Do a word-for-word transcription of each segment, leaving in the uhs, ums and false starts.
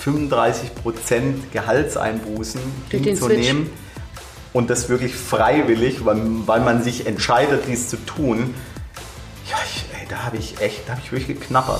fünfunddreißig Prozent Gehaltseinbußen hinzunehmen und das wirklich freiwillig, weil, weil man sich entscheidet, dies zu tun. Ja, ich, ey, da habe ich echt, da habe ich wirklich geknabbert.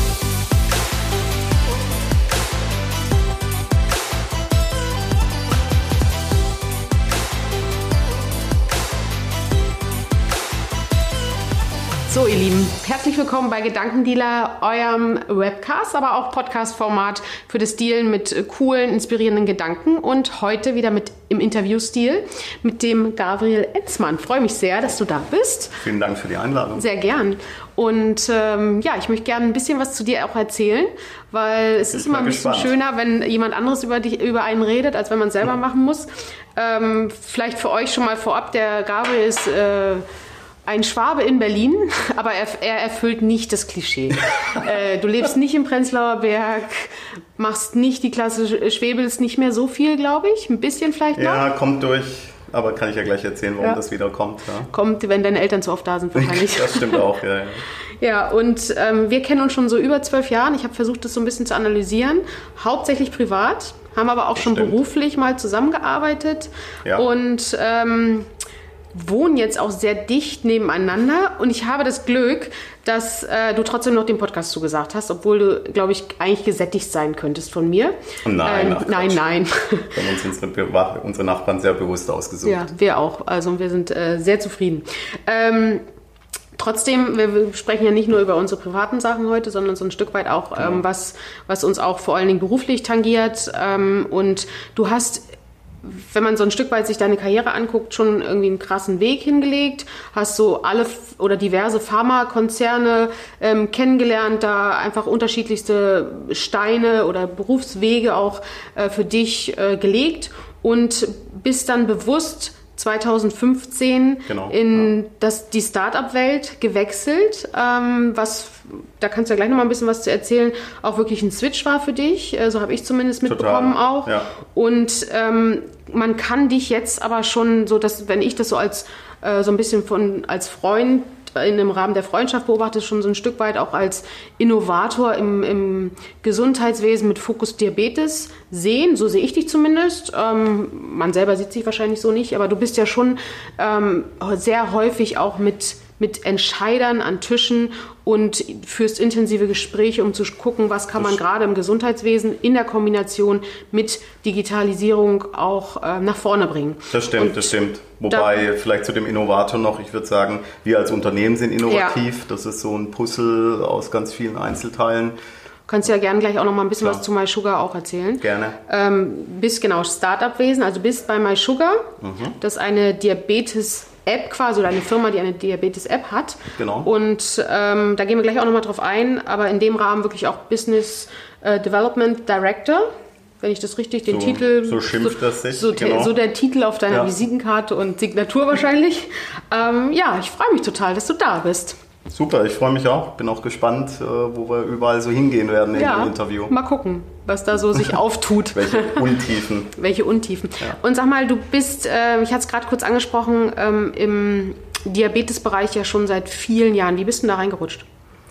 So, ihr Lieben, herzlich willkommen bei Gedankendealer, eurem Webcast, aber auch Podcast-Format für das Dealen mit coolen, inspirierenden Gedanken. Und heute wieder mit im Interviewstil mit dem Gabriel Enzmann. Freue mich sehr, dass du da bist. Vielen Dank für die Einladung. Sehr gern. Und ähm, ja, ich möchte gerne ein bisschen was zu dir auch erzählen, weil es ist immer ein bisschen schöner, wenn jemand anderes über, dich, über einen redet, als wenn man es selber machen muss. Ähm, vielleicht für euch schon mal vorab, der Gabriel ist... Äh, Ein Schwabe in Berlin, aber er, er erfüllt nicht das Klischee. äh, du lebst nicht im Prenzlauer Berg, machst nicht die Klasse, schwebelst nicht mehr so viel, glaube ich. Ein bisschen vielleicht noch. Ja, kommt durch, aber kann ich ja gleich erzählen, warum ja. das wieder kommt. Ja. Kommt, wenn deine Eltern zu oft da sind wahrscheinlich. Das stimmt auch, ja. Ja, ja und ähm, wir kennen uns schon so über zwölf Jahren. Ich habe versucht, das so ein bisschen zu analysieren. Hauptsächlich privat, haben aber auch schon stimmt. beruflich mal zusammengearbeitet. Ja. Und... Ähm, wohnen jetzt auch sehr dicht nebeneinander und ich habe das Glück, dass äh, du trotzdem noch den Podcast zugesagt hast, obwohl du, glaube ich, eigentlich gesättigt sein könntest von mir. Nein, äh, nein, nein. Wir haben uns unsere, unsere Nachbarn sehr bewusst ausgesucht. Ja, wir auch. Also wir sind äh, sehr zufrieden. Ähm, Trotzdem, wir sprechen ja nicht nur über unsere privaten Sachen heute, sondern so ein Stück weit auch, genau. ähm, was, was uns auch vor allen Dingen beruflich tangiert. Ähm, und du hast... wenn man so ein Stück weit sich deine Karriere anguckt, schon irgendwie einen krassen Weg hingelegt, hast so alle oder diverse Pharmakonzerne ähm, kennengelernt, da einfach unterschiedlichste Steine oder Berufswege auch äh, für dich äh, gelegt und bist dann bewusst zweitausendfünfzehn genau, in ja. das, die Start-up-Welt gewechselt, ähm, was, da kannst du ja gleich noch mal ein bisschen was zu erzählen, auch wirklich ein Switch war für dich, äh, so habe ich zumindest mitbekommen Total, auch. Ja. Und ähm, man kann dich jetzt aber schon so, dass wenn ich das so als äh, so ein bisschen von als Freund in dem Rahmen der Freundschaft beobachte, schon so ein Stück weit auch als Innovator im, im Gesundheitswesen mit Fokus Diabetes sehen. So sehe ich dich zumindest. Ähm, man selber sieht sich wahrscheinlich so nicht, aber du bist ja schon ähm, sehr häufig auch mit, mit Entscheidern an Tischen und führst intensive Gespräche, um zu gucken, was kann man gerade im Gesundheitswesen in der Kombination mit Digitalisierung auch äh, nach vorne bringen. Das stimmt, und das stimmt. Wobei, da, vielleicht zu dem Innovator noch, ich würde sagen, wir als Unternehmen sind innovativ. Ja. Das ist so ein Puzzle aus ganz vielen Einzelteilen. Du kannst ja gerne gleich auch noch mal ein bisschen Klar. was zu MySugar auch erzählen. Gerne. Ähm, bist genau Start-up-Wesen, also bist bei MySugar. Mhm. Das ist eine Diabetes- App quasi oder eine Firma, die eine Diabetes-App hat. Genau. Und ähm, da gehen wir gleich auch nochmal drauf ein, aber in dem Rahmen wirklich auch Business äh, Development Director, wenn ich das richtig, den so, Titel... So schimpft so, das sich, so, genau. so der Titel auf deiner ja. Visitenkarte und Signatur wahrscheinlich. ähm, ja, ich freue mich total, dass du da bist. Super, ich freue mich auch. Bin auch gespannt, wo wir überall so hingehen werden in ja, dem Interview. Mal gucken, was da so sich auftut. Welche Untiefen. Welche Untiefen. Ja. Und sag mal, du bist, äh, ich hatte es gerade kurz angesprochen, ähm, im Diabetesbereich ja schon seit vielen Jahren. Wie bist du da reingerutscht?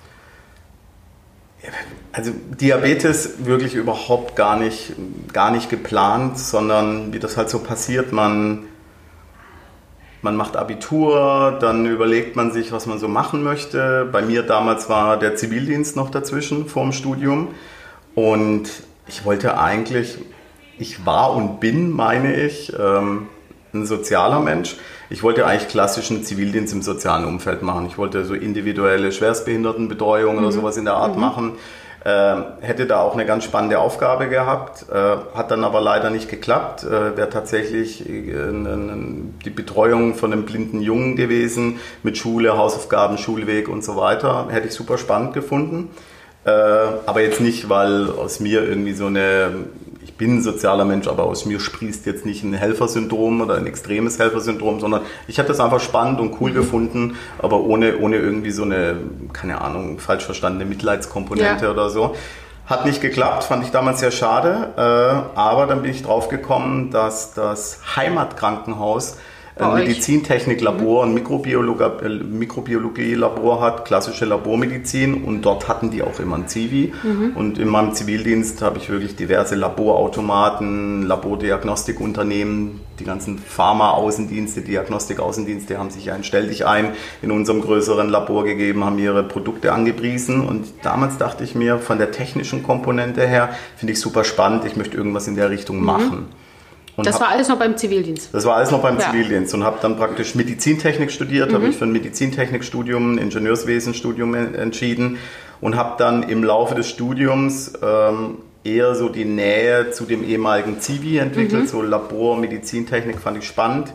Also Diabetes wirklich überhaupt gar nicht, gar nicht geplant, sondern wie das halt so passiert, man... Man macht Abitur, dann überlegt man sich, was man so machen möchte. Bei mir damals war der Zivildienst noch dazwischen vor dem Studium. Und ich wollte eigentlich, ich war und bin, meine ich, ähm, ein sozialer Mensch. Ich wollte eigentlich klassischen Zivildienst im sozialen Umfeld machen. Ich wollte so individuelle Schwerstbehindertenbetreuung mhm. oder sowas in der Art mhm. machen. Äh, hätte da auch eine ganz spannende Aufgabe gehabt, äh, hat dann aber leider nicht geklappt. Äh, wäre tatsächlich äh, die Betreuung von einem blinden Jungen gewesen, mit Schule, Hausaufgaben, Schulweg und so weiter. Hätte ich super spannend gefunden. Äh, aber jetzt nicht, weil aus mir irgendwie so eine, ich bin ein sozialer Mensch, aber aus mir sprießt jetzt nicht ein Helfersyndrom oder ein extremes Helfersyndrom, sondern ich habe das einfach spannend und cool mhm. gefunden, aber ohne, ohne irgendwie so eine, keine Ahnung, falsch verstandene Mitleidskomponente ja. oder so. Hat nicht geklappt, fand ich damals sehr schade, äh, aber dann bin ich drauf gekommen, dass das Heimatkrankenhaus ein Medizintechnik-Labor, ein Mikrobiolog- Mikrobiologie-Labor hat, klassische Labormedizin, und dort hatten die auch immer ein Zivi. Mhm. Und in meinem Zivildienst habe ich wirklich diverse Laborautomaten, Labordiagnostikunternehmen, die ganzen Pharma-Außendienste, Diagnostik-Außendienste haben sich ein Stell dich ein in unserem größeren Labor gegeben, haben ihre Produkte angepriesen, und damals dachte ich mir, von der technischen Komponente her finde ich super spannend, ich möchte irgendwas in der Richtung mhm. machen. Und das hab, war alles noch beim Zivildienst? Das war alles noch beim ja. Zivildienst, und habe dann praktisch Medizintechnik studiert, mhm. habe ich für ein Medizintechnikstudium, ein Ingenieurswesenstudium entschieden und habe dann im Laufe des Studiums ähm, eher so die Nähe zu dem ehemaligen Zivi entwickelt, mhm. so Labor, Medizintechnik fand ich spannend,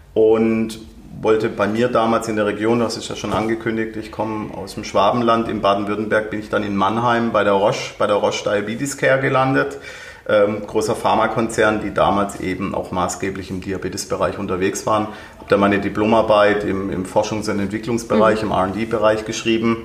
und wollte bei mir damals in der Region, das ist ja schon angekündigt, ich komme aus dem Schwabenland, in Baden-Württemberg bin ich dann in Mannheim bei der Roche, bei der Roche Diabetes Care gelandet. Ähm, großer Pharmakonzern, die damals eben auch maßgeblich im Diabetesbereich unterwegs waren. Habe da meine Diplomarbeit im, im Forschungs- und Entwicklungsbereich, mhm. im R und D-Bereich geschrieben,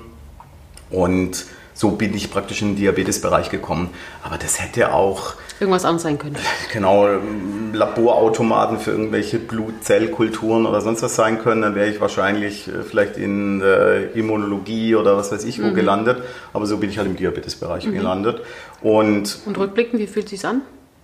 und so bin ich praktisch in den Diabetesbereich gekommen. Aber das hätte auch irgendwas anderes sein können. Genau, Laborautomaten für irgendwelche Blutzellkulturen oder sonst was sein können. Dann wäre ich wahrscheinlich vielleicht in äh, Immunologie oder was weiß ich wo mhm. gelandet. Aber so bin ich halt im Diabetesbereich mhm. gelandet. Und, Und rückblickend, wie fühlt es sich an?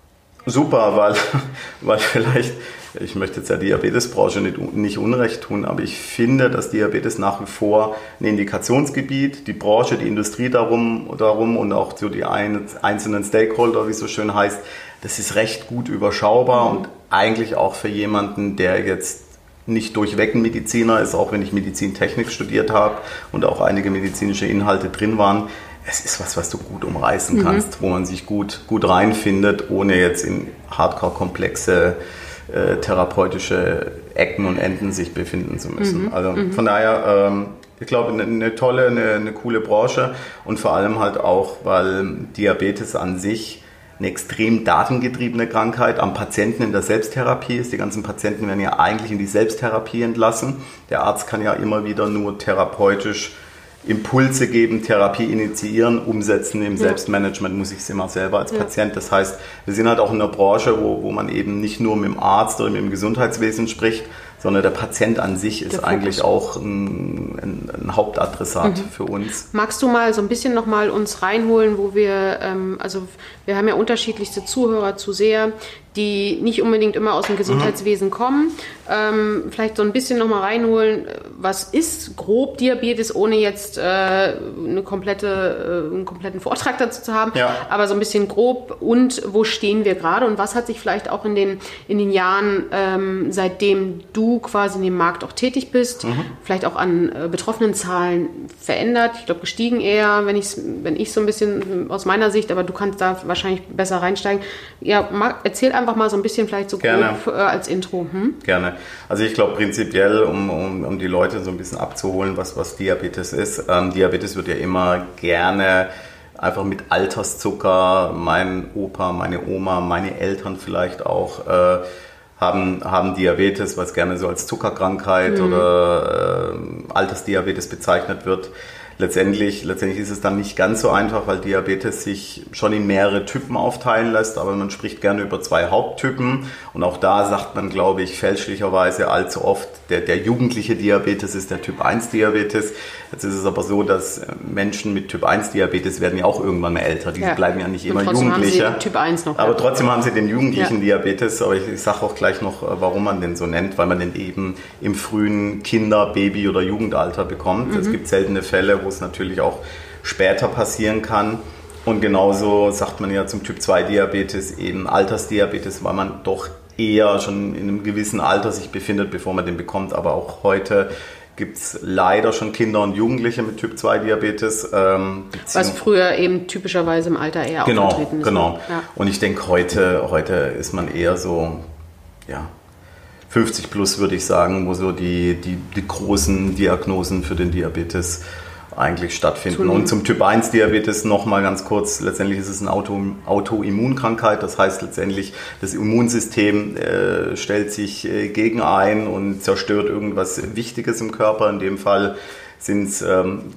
Super, weil, weil vielleicht, ich möchte jetzt der Diabetesbranche nicht, nicht Unrecht tun, aber ich finde, dass Diabetes nach wie vor ein Indikationsgebiet, die Branche, die Industrie darum, darum und auch so die ein, einzelnen Stakeholder, wie es so schön heißt, das ist recht gut überschaubar, mhm. und eigentlich auch für jemanden, der jetzt nicht durchweg ein Mediziner ist, auch wenn ich Medizintechnik studiert habe und auch einige medizinische Inhalte drin waren. Es ist was, was du gut umreißen kannst, mhm. wo man sich gut, gut reinfindet, ohne jetzt in hardcore-komplexe äh, therapeutische Ecken und Enden sich befinden zu müssen. Mhm. Also mhm. von daher, ähm, ich glaube, eine, eine tolle, eine, eine coole Branche, und vor allem halt auch, weil Diabetes an sich eine extrem datengetriebene Krankheit am Patienten in der Selbsttherapie ist. Die ganzen Patienten werden ja eigentlich in die Selbsttherapie entlassen. Der Arzt kann ja immer wieder nur therapeutisch Impulse geben, Therapie initiieren, umsetzen. Im ja. Selbstmanagement muss ich es immer selber als ja. Patient. Das heißt, wir sind halt auch in einer Branche, wo, wo man eben nicht nur mit dem Arzt oder mit dem Gesundheitswesen spricht, sondern der Patient an sich ist eigentlich auch ein, ein, ein Hauptadressat mhm. für uns. Magst du mal so ein bisschen nochmal uns reinholen, wo wir, ähm, also wir haben ja unterschiedlichste Zuhörer, Zuseher, die nicht unbedingt immer aus dem Gesundheitswesen mhm. kommen. Ähm, vielleicht so ein bisschen nochmal reinholen, was ist grob Diabetes, ohne jetzt äh, eine komplette, äh, einen kompletten Vortrag dazu zu haben, ja. aber so ein bisschen grob, und wo stehen wir gerade und was hat sich vielleicht auch in den, in den Jahren, ähm, seitdem du quasi in dem Markt auch tätig bist, mhm. vielleicht auch an äh, betroffenen Zahlen verändert. Ich glaube, gestiegen eher, wenn ich wenn ich so ein bisschen aus meiner Sicht, aber du kannst da wahrscheinlich besser reinsteigen. Ja, mag, erzähl einfach mal so ein bisschen vielleicht so grob äh, als Intro. Hm? Gerne. Also ich glaube prinzipiell, um, um, um die Leute so ein bisschen abzuholen, was, was Diabetes ist. Ähm, Diabetes wird ja immer gerne einfach mit Alterszucker, mein Opa, meine Oma, meine Eltern vielleicht auch, äh, haben, haben Diabetes, was gerne so als Zuckerkrankheit mhm. oder äh, Altersdiabetes bezeichnet wird. Letztendlich, letztendlich ist es dann nicht ganz so einfach, weil Diabetes sich schon in mehrere Typen aufteilen lässt, aber man spricht gerne über zwei Haupttypen, und auch da sagt man, glaube ich, fälschlicherweise allzu oft, der, der jugendliche Diabetes ist der Typ eins Diabetes. Jetzt ist es aber so, dass Menschen mit Typ eins Diabetes werden ja auch irgendwann mal älter, die ja. bleiben ja nicht immer Jugendliche. Haben sie Typ eins noch, aber ja. trotzdem haben sie den jugendlichen ja. Diabetes, aber ich, ich sage auch gleich noch, warum man den so nennt, weil man den eben im frühen Kinder-, Baby- oder Jugendalter bekommt. Mhm. Es gibt seltene Fälle, wo es natürlich auch später passieren kann. Und genauso sagt man ja zum Typ zwei Diabetes eben Altersdiabetes, weil man doch eher schon in einem gewissen Alter sich befindet, bevor man den bekommt. Aber auch heute gibt es leider schon Kinder und Jugendliche mit Typ zwei Diabetes. Ähm, Was früher eben typischerweise im Alter eher genau, aufgetreten ist. Genau, ja. Und ich denke, heute, heute ist man eher so, ja, fünfzig plus würde ich sagen, wo so die, die, die großen Diagnosen für den Diabetes eigentlich stattfinden. Zunehmen. Und zum Typ eins Diabetes nochmal ganz kurz, letztendlich ist es eine Auto, Autoimmunkrankheit, das heißt letztendlich, das Immunsystem äh, stellt sich äh, gegen ein und zerstört irgendwas Wichtiges im Körper. In dem Fall sind es ähm,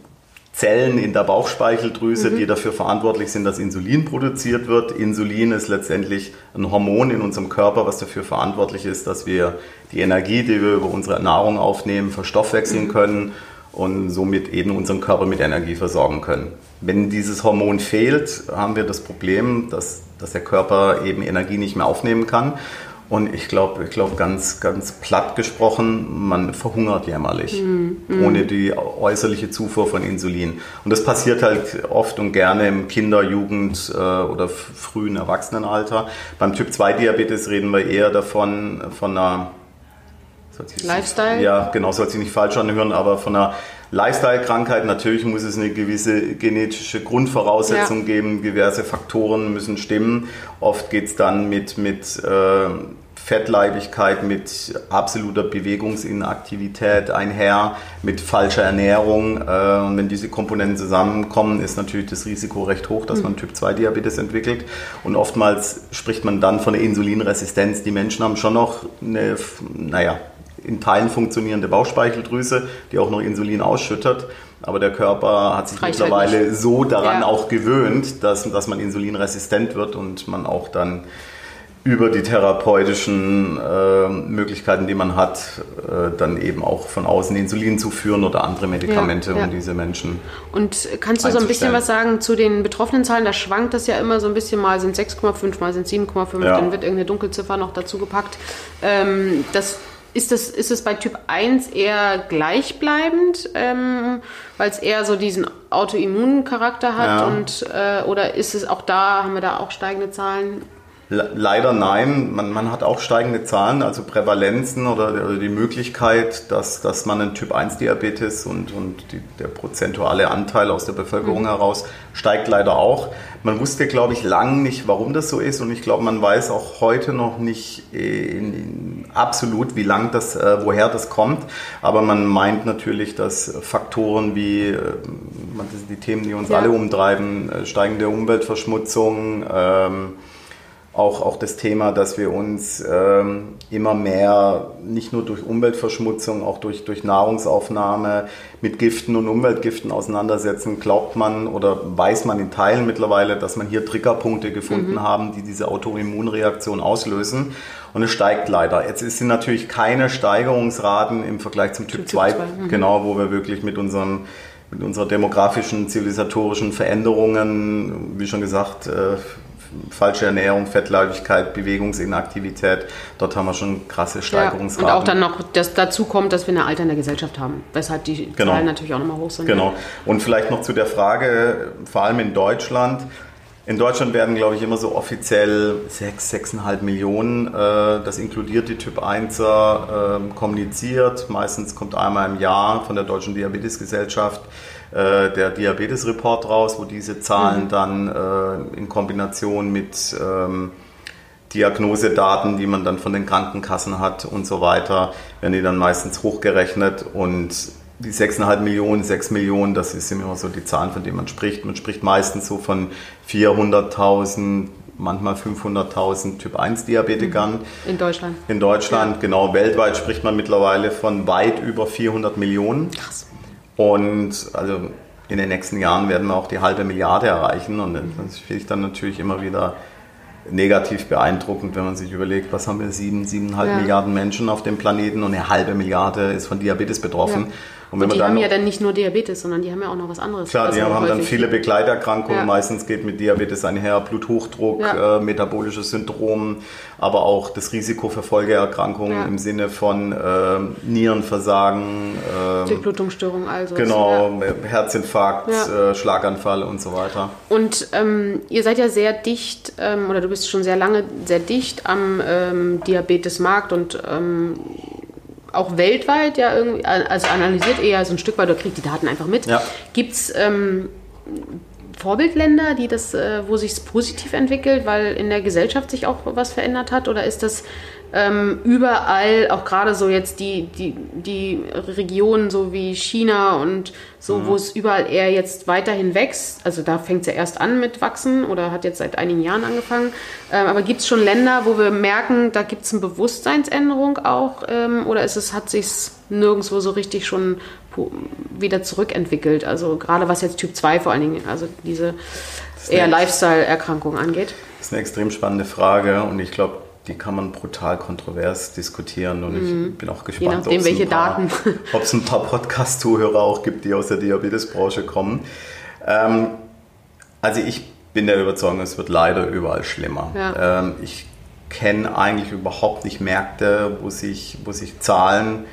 Zellen in der Bauchspeicheldrüse, mhm. die dafür verantwortlich sind, dass Insulin produziert wird. Insulin ist letztendlich ein Hormon in unserem Körper, was dafür verantwortlich ist, dass wir die Energie, die wir über unsere Nahrung aufnehmen, verstoffwechseln mhm. können und somit eben unseren Körper mit Energie versorgen können. Wenn dieses Hormon fehlt, haben wir das Problem, dass, dass der Körper eben Energie nicht mehr aufnehmen kann. Und ich glaube, ich glaube ganz, ganz platt gesprochen, man verhungert jämmerlich, mm, mm. ohne die äußerliche Zufuhr von Insulin. Und das passiert halt oft und gerne im Kinder-, Jugend- oder frühen Erwachsenenalter. Beim Typ zwei Diabetes reden wir eher davon, von einer Lifestyle? Ja, genau, soll sich nicht falsch anhören, aber von einer Lifestyle-Krankheit. Natürlich muss es eine gewisse genetische Grundvoraussetzung ja. geben, diverse Faktoren müssen stimmen. Oft geht es dann mit, mit äh, Fettleibigkeit, mit absoluter Bewegungsinaktivität einher, mit falscher Ernährung. Äh, und wenn diese Komponenten zusammenkommen, ist natürlich das Risiko recht hoch, dass man Typ zwei Diabetes entwickelt. Und oftmals spricht man dann von der Insulinresistenz. Die Menschen haben schon noch eine, naja, in Teilen funktionierende Bauchspeicheldrüse, die auch noch Insulin ausschüttet. Aber der Körper hat sich Reicht mittlerweile halt so daran ja. auch gewöhnt, dass, dass man insulinresistent wird und man auch dann über die therapeutischen äh, Möglichkeiten, die man hat, äh, dann eben auch von außen Insulin zuführen oder andere Medikamente, ja, ja. um diese Menschen Und kannst du so ein bisschen was sagen zu den betroffenen Zahlen? Da schwankt das ja immer so ein bisschen, mal sind sechs Komma fünf, mal sind sieben Komma fünf, ja. dann wird irgendeine Dunkelziffer noch dazu gepackt. Ähm, das Ist es ist es bei Typ eins eher gleichbleibend, ähm, weil es eher so diesen Autoimmuncharakter hat? Ja. Und, äh, oder ist es auch da, haben wir da auch steigende Zahlen? Leider nein. Man, man hat auch steigende Zahlen, also Prävalenzen oder, oder die Möglichkeit, dass, dass man einen Typ eins Diabetes und, und die, der prozentuale Anteil aus der Bevölkerung mhm. heraus steigt leider auch. Man wusste, glaube ich, lange nicht, warum das so ist und ich glaube, man weiß auch heute noch nicht in, in absolut, wie lang das, äh, woher das kommt. Aber man meint natürlich, dass Faktoren wie äh, das sind die Themen, die uns ja. alle umtreiben, äh, steigende Umweltverschmutzung, ähm, Auch, auch das Thema, dass wir uns ähm, immer mehr, nicht nur durch Umweltverschmutzung, auch durch, durch Nahrungsaufnahme mit Giften und Umweltgiften auseinandersetzen, glaubt man oder weiß man in Teilen mittlerweile, dass man hier Triggerpunkte gefunden mhm. haben, die diese Autoimmunreaktion auslösen. Und es steigt leider. Jetzt sind natürlich keine Steigerungsraten im Vergleich zum Typ zwei, mhm. genau, wo wir wirklich mit unserem mit unserer demografischen, zivilisatorischen Veränderungen, wie schon gesagt, äh, falsche Ernährung, Fettleibigkeit, Bewegungsinaktivität, dort haben wir schon krasse Steigerungsraten. Ja, und auch dann noch, dass dazu kommt, dass wir eine alternde Gesellschaft haben, weshalb die genau. Zahlen natürlich auch nochmal hoch sind. Genau. Und vielleicht noch zu der Frage, vor allem in Deutschland. In Deutschland werden, glaube ich, immer so offiziell sechs, sechseinhalb Millionen, äh, das inkludiert die Typ einser, äh, kommuniziert. Meistens kommt einmal im Jahr von der Deutschen Diabetesgesellschaft der Diabetes-Report raus, wo diese Zahlen mhm. dann äh, in Kombination mit ähm, Diagnosedaten, die man dann von den Krankenkassen hat und so weiter, werden die dann meistens hochgerechnet und die sechseinhalb Millionen, sechs Millionen, das ist immer so die Zahlen, von denen man spricht. Man spricht meistens so von vierhunderttausend, manchmal fünfhunderttausend Typ eins Diabetikern. In Deutschland? In Deutschland, ja. genau. Weltweit spricht man mittlerweile von weit über vierhundert Millionen. Krass. Und also in den nächsten Jahren werden wir auch die halbe Milliarde erreichen und das finde ich dann natürlich immer wieder negativ beeindruckend, wenn man sich überlegt, was haben wir, sieben, siebeneinhalb ja. Milliarden Menschen auf dem Planeten und eine halbe Milliarde ist von Diabetes betroffen. Ja. Und, wenn und die man dann haben ja dann nicht nur Diabetes, sondern die haben ja auch noch was anderes. Klar, die haben, haben dann viele Begleiterkrankungen. Ja. Meistens geht mit Diabetes einher Bluthochdruck, ja. äh, metabolisches Syndrom, aber auch das Risiko für Folgeerkrankungen ja. im Sinne von äh, Nierenversagen, äh, Durchblutungsstörung, also. Genau, ja. Herzinfarkt, ja. äh, Schlaganfall und so weiter. Und ähm, ihr seid ja sehr dicht, ähm, oder du bist schon sehr lange sehr dicht am ähm, Diabetesmarkt und ähm, auch weltweit ja irgendwie, also analysiert eher so ein Stück weit oder kriegt die Daten einfach mit. Ja. Gibt es ähm, Vorbildländer, die das, äh, wo sich es positiv entwickelt, weil in der Gesellschaft sich auch was verändert hat? Oder ist das ähm, überall, auch gerade so jetzt die, die, die Regionen so wie China und so, mhm. wo es überall eher jetzt weiterhin wächst? Also da fängt es ja erst an mit Wachsen oder hat jetzt seit einigen Jahren angefangen. Ähm, aber gibt es schon Länder, wo wir merken, da gibt es eine Bewusstseinsänderung auch? Ähm, oder ist es, hat sich nirgendwo so richtig schon wieder zurückentwickelt. Also gerade was jetzt Typ zwei vor allen Dingen, also diese eher Lifestyle-Erkrankung angeht. Das ist eine extrem spannende Frage und ich glaube, die kann man brutal kontrovers diskutieren und mhm. ich bin auch gespannt, Je nachdem, welche Daten. ob es ein paar Podcast-Zuhörer auch gibt, die aus der Diabetesbranche kommen. Ähm, also ich bin der Überzeugung, es wird leider überall schlimmer. Ja. Ähm, ich kenne eigentlich überhaupt nicht Märkte, wo sich, wo sich Zahlen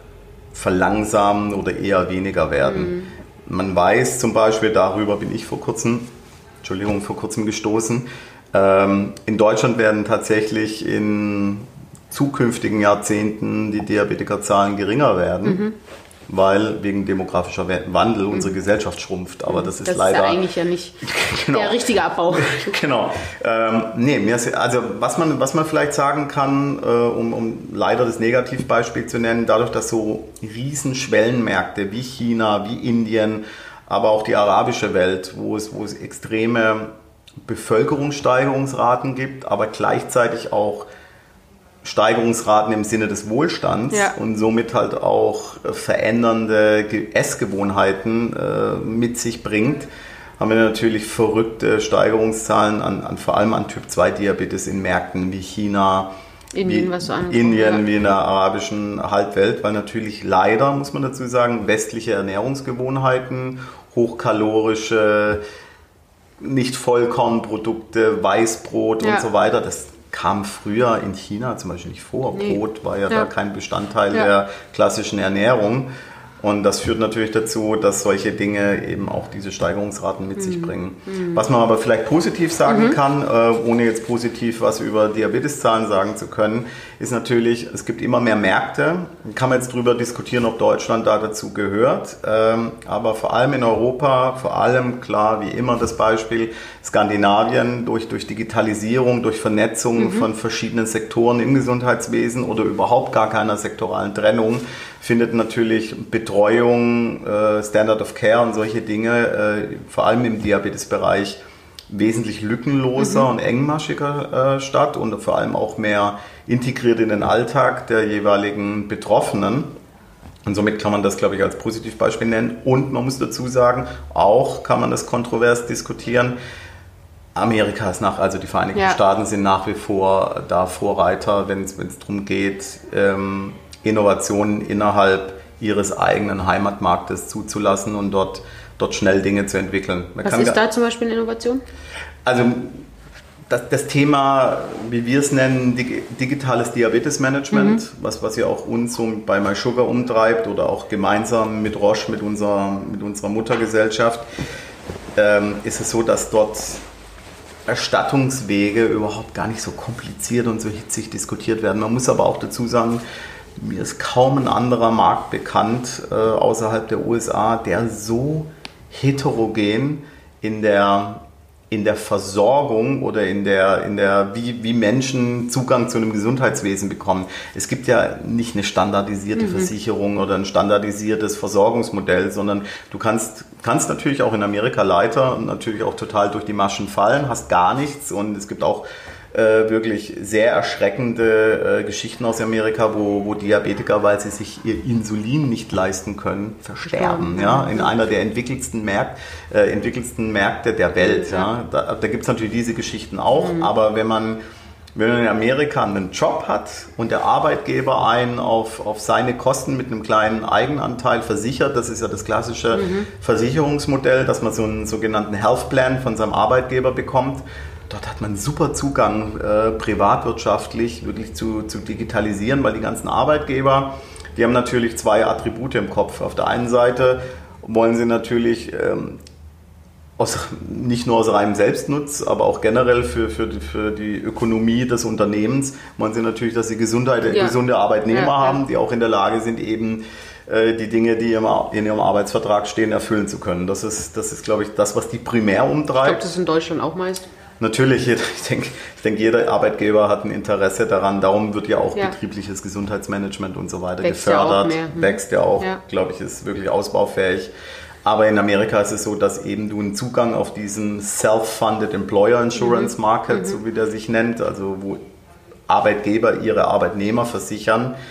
verlangsamen oder eher weniger werden. Mhm. Man weiß zum Beispiel, darüber bin ich vor kurzem, Entschuldigung, vor kurzem gestoßen, ähm, in Deutschland werden tatsächlich in zukünftigen Jahrzehnten die Diabetikerzahlen geringer werden, mhm. weil wegen demografischer Wandel mhm. unsere Gesellschaft schrumpft. Aber das ist das leider... Das ist ja eigentlich ja nicht genau. der richtige Abbau. Genau. Ähm, nee, mir ist, also was man, was man vielleicht sagen kann, äh, um, um leider das Negativbeispiel zu nennen, dadurch, dass so riesen Schwellenmärkte wie China, wie Indien, aber auch die arabische Welt, wo es, wo es extreme Bevölkerungssteigerungsraten gibt, aber gleichzeitig auch Steigerungsraten im Sinne des Wohlstands ja. und somit halt auch verändernde Essgewohnheiten äh, mit sich bringt, haben wir natürlich verrückte Steigerungszahlen an, an vor allem an Typ zwei Diabetes in Märkten wie China, Indien, wie, was du Indien ja. wie in der arabischen Halbwelt, weil natürlich leider, muss man dazu sagen, westliche Ernährungsgewohnheiten, hochkalorische, nicht Vollkornprodukte, Weißbrot ja. und so weiter, das kam früher in China zum Beispiel nicht vor. Nee. Brot war ja, ja da kein Bestandteil ja. der klassischen Ernährung. Und das führt natürlich dazu, dass solche Dinge eben auch diese Steigerungsraten mit mhm. sich bringen. Mhm. Was man aber vielleicht positiv sagen mhm. kann, äh, ohne jetzt positiv was über Diabeteszahlen sagen zu können, ist natürlich, es gibt immer mehr Märkte. Kann man jetzt darüber diskutieren, ob Deutschland da dazu gehört. Ähm, aber vor allem in Europa, vor allem klar, wie immer das Beispiel Skandinavien durch, durch Digitalisierung, durch Vernetzung mhm. von verschiedenen Sektoren im Gesundheitswesen oder überhaupt gar keiner sektoralen Trennung, findet natürlich Betreuung, äh, Standard of Care und solche Dinge, äh, vor allem im Diabetesbereich, wesentlich lückenloser mhm. und engmaschiger äh, statt und vor allem auch mehr integriert in den Alltag der jeweiligen Betroffenen. Und somit kann man das, glaube ich, als Positivbeispiel nennen. Und man muss dazu sagen, auch kann man das kontrovers diskutieren. Amerika ist nach, also die Vereinigten ja. Staaten sind nach wie vor da Vorreiter, wenn es darum geht, ähm, Innovationen innerhalb ihres eigenen Heimatmarktes zuzulassen und dort, dort schnell Dinge zu entwickeln. Man Was ist da zum Beispiel eine Innovation? Also das, das Thema, wie wir es nennen, digitales Diabetesmanagement, mhm. was, was ja auch uns so bei MySugar umtreibt oder auch gemeinsam mit Roche, mit unserer, mit unserer Muttergesellschaft, ähm, ist es so, dass dort Erstattungswege überhaupt gar nicht so kompliziert und so hitzig diskutiert werden. Man muss aber auch dazu sagen, mir ist kaum ein anderer Markt bekannt äh, außerhalb der U S A, der so heterogen in der, in der Versorgung oder in der, in der wie, wie Menschen Zugang zu einem Gesundheitswesen bekommen. Es gibt ja nicht eine standardisierte mhm. Versicherung oder ein standardisiertes Versorgungsmodell, sondern du kannst, kannst natürlich auch in Amerika Leiter und natürlich auch total durch die Maschen fallen, hast gar nichts und es gibt auch Äh, wirklich sehr erschreckende äh, Geschichten aus Amerika, wo, wo Diabetiker, weil sie sich ihr Insulin nicht leisten können, versterben. Ja, in einer der entwickelsten, Märk äh, entwickelsten Märkte der Welt. Ja. Da, da gibt es natürlich diese Geschichten auch, mhm. aber wenn man, wenn man in Amerika einen Job hat und der Arbeitgeber einen auf, auf seine Kosten mit einem kleinen Eigenanteil versichert, das ist ja das klassische mhm. Versicherungsmodell, dass man so einen sogenannten Health Plan von seinem Arbeitgeber bekommt. Dort hat man super Zugang, äh, privatwirtschaftlich wirklich zu, zu digitalisieren, weil die ganzen Arbeitgeber, die haben natürlich zwei Attribute im Kopf. Auf der einen Seite wollen sie natürlich ähm, aus, nicht nur aus reinem Selbstnutz, aber auch generell für, für, die, für die Ökonomie des Unternehmens, wollen sie natürlich, dass sie Gesundheit, ja. gesunde Arbeitnehmer ja, haben, ja. die auch in der Lage sind, eben äh, die Dinge, die in ihrem Arbeitsvertrag stehen, erfüllen zu können. Das ist, das ist, glaube ich, das, was die primär umtreibt. Ich glaube, das ist in Deutschland auch meist. Natürlich, ich denke, ich denke, jeder Arbeitgeber hat ein Interesse daran. Darum wird ja auch ja. betriebliches Gesundheitsmanagement und so weiter wächst gefördert. Ja hm. Wächst ja auch, ja. glaube ich, ist wirklich ausbaufähig. Aber in Amerika ist es so, dass eben du einen Zugang auf diesen Self-Funded Employer Insurance mhm. Market, mhm. so wie der sich nennt, also wo Arbeitgeber ihre Arbeitnehmer versichern,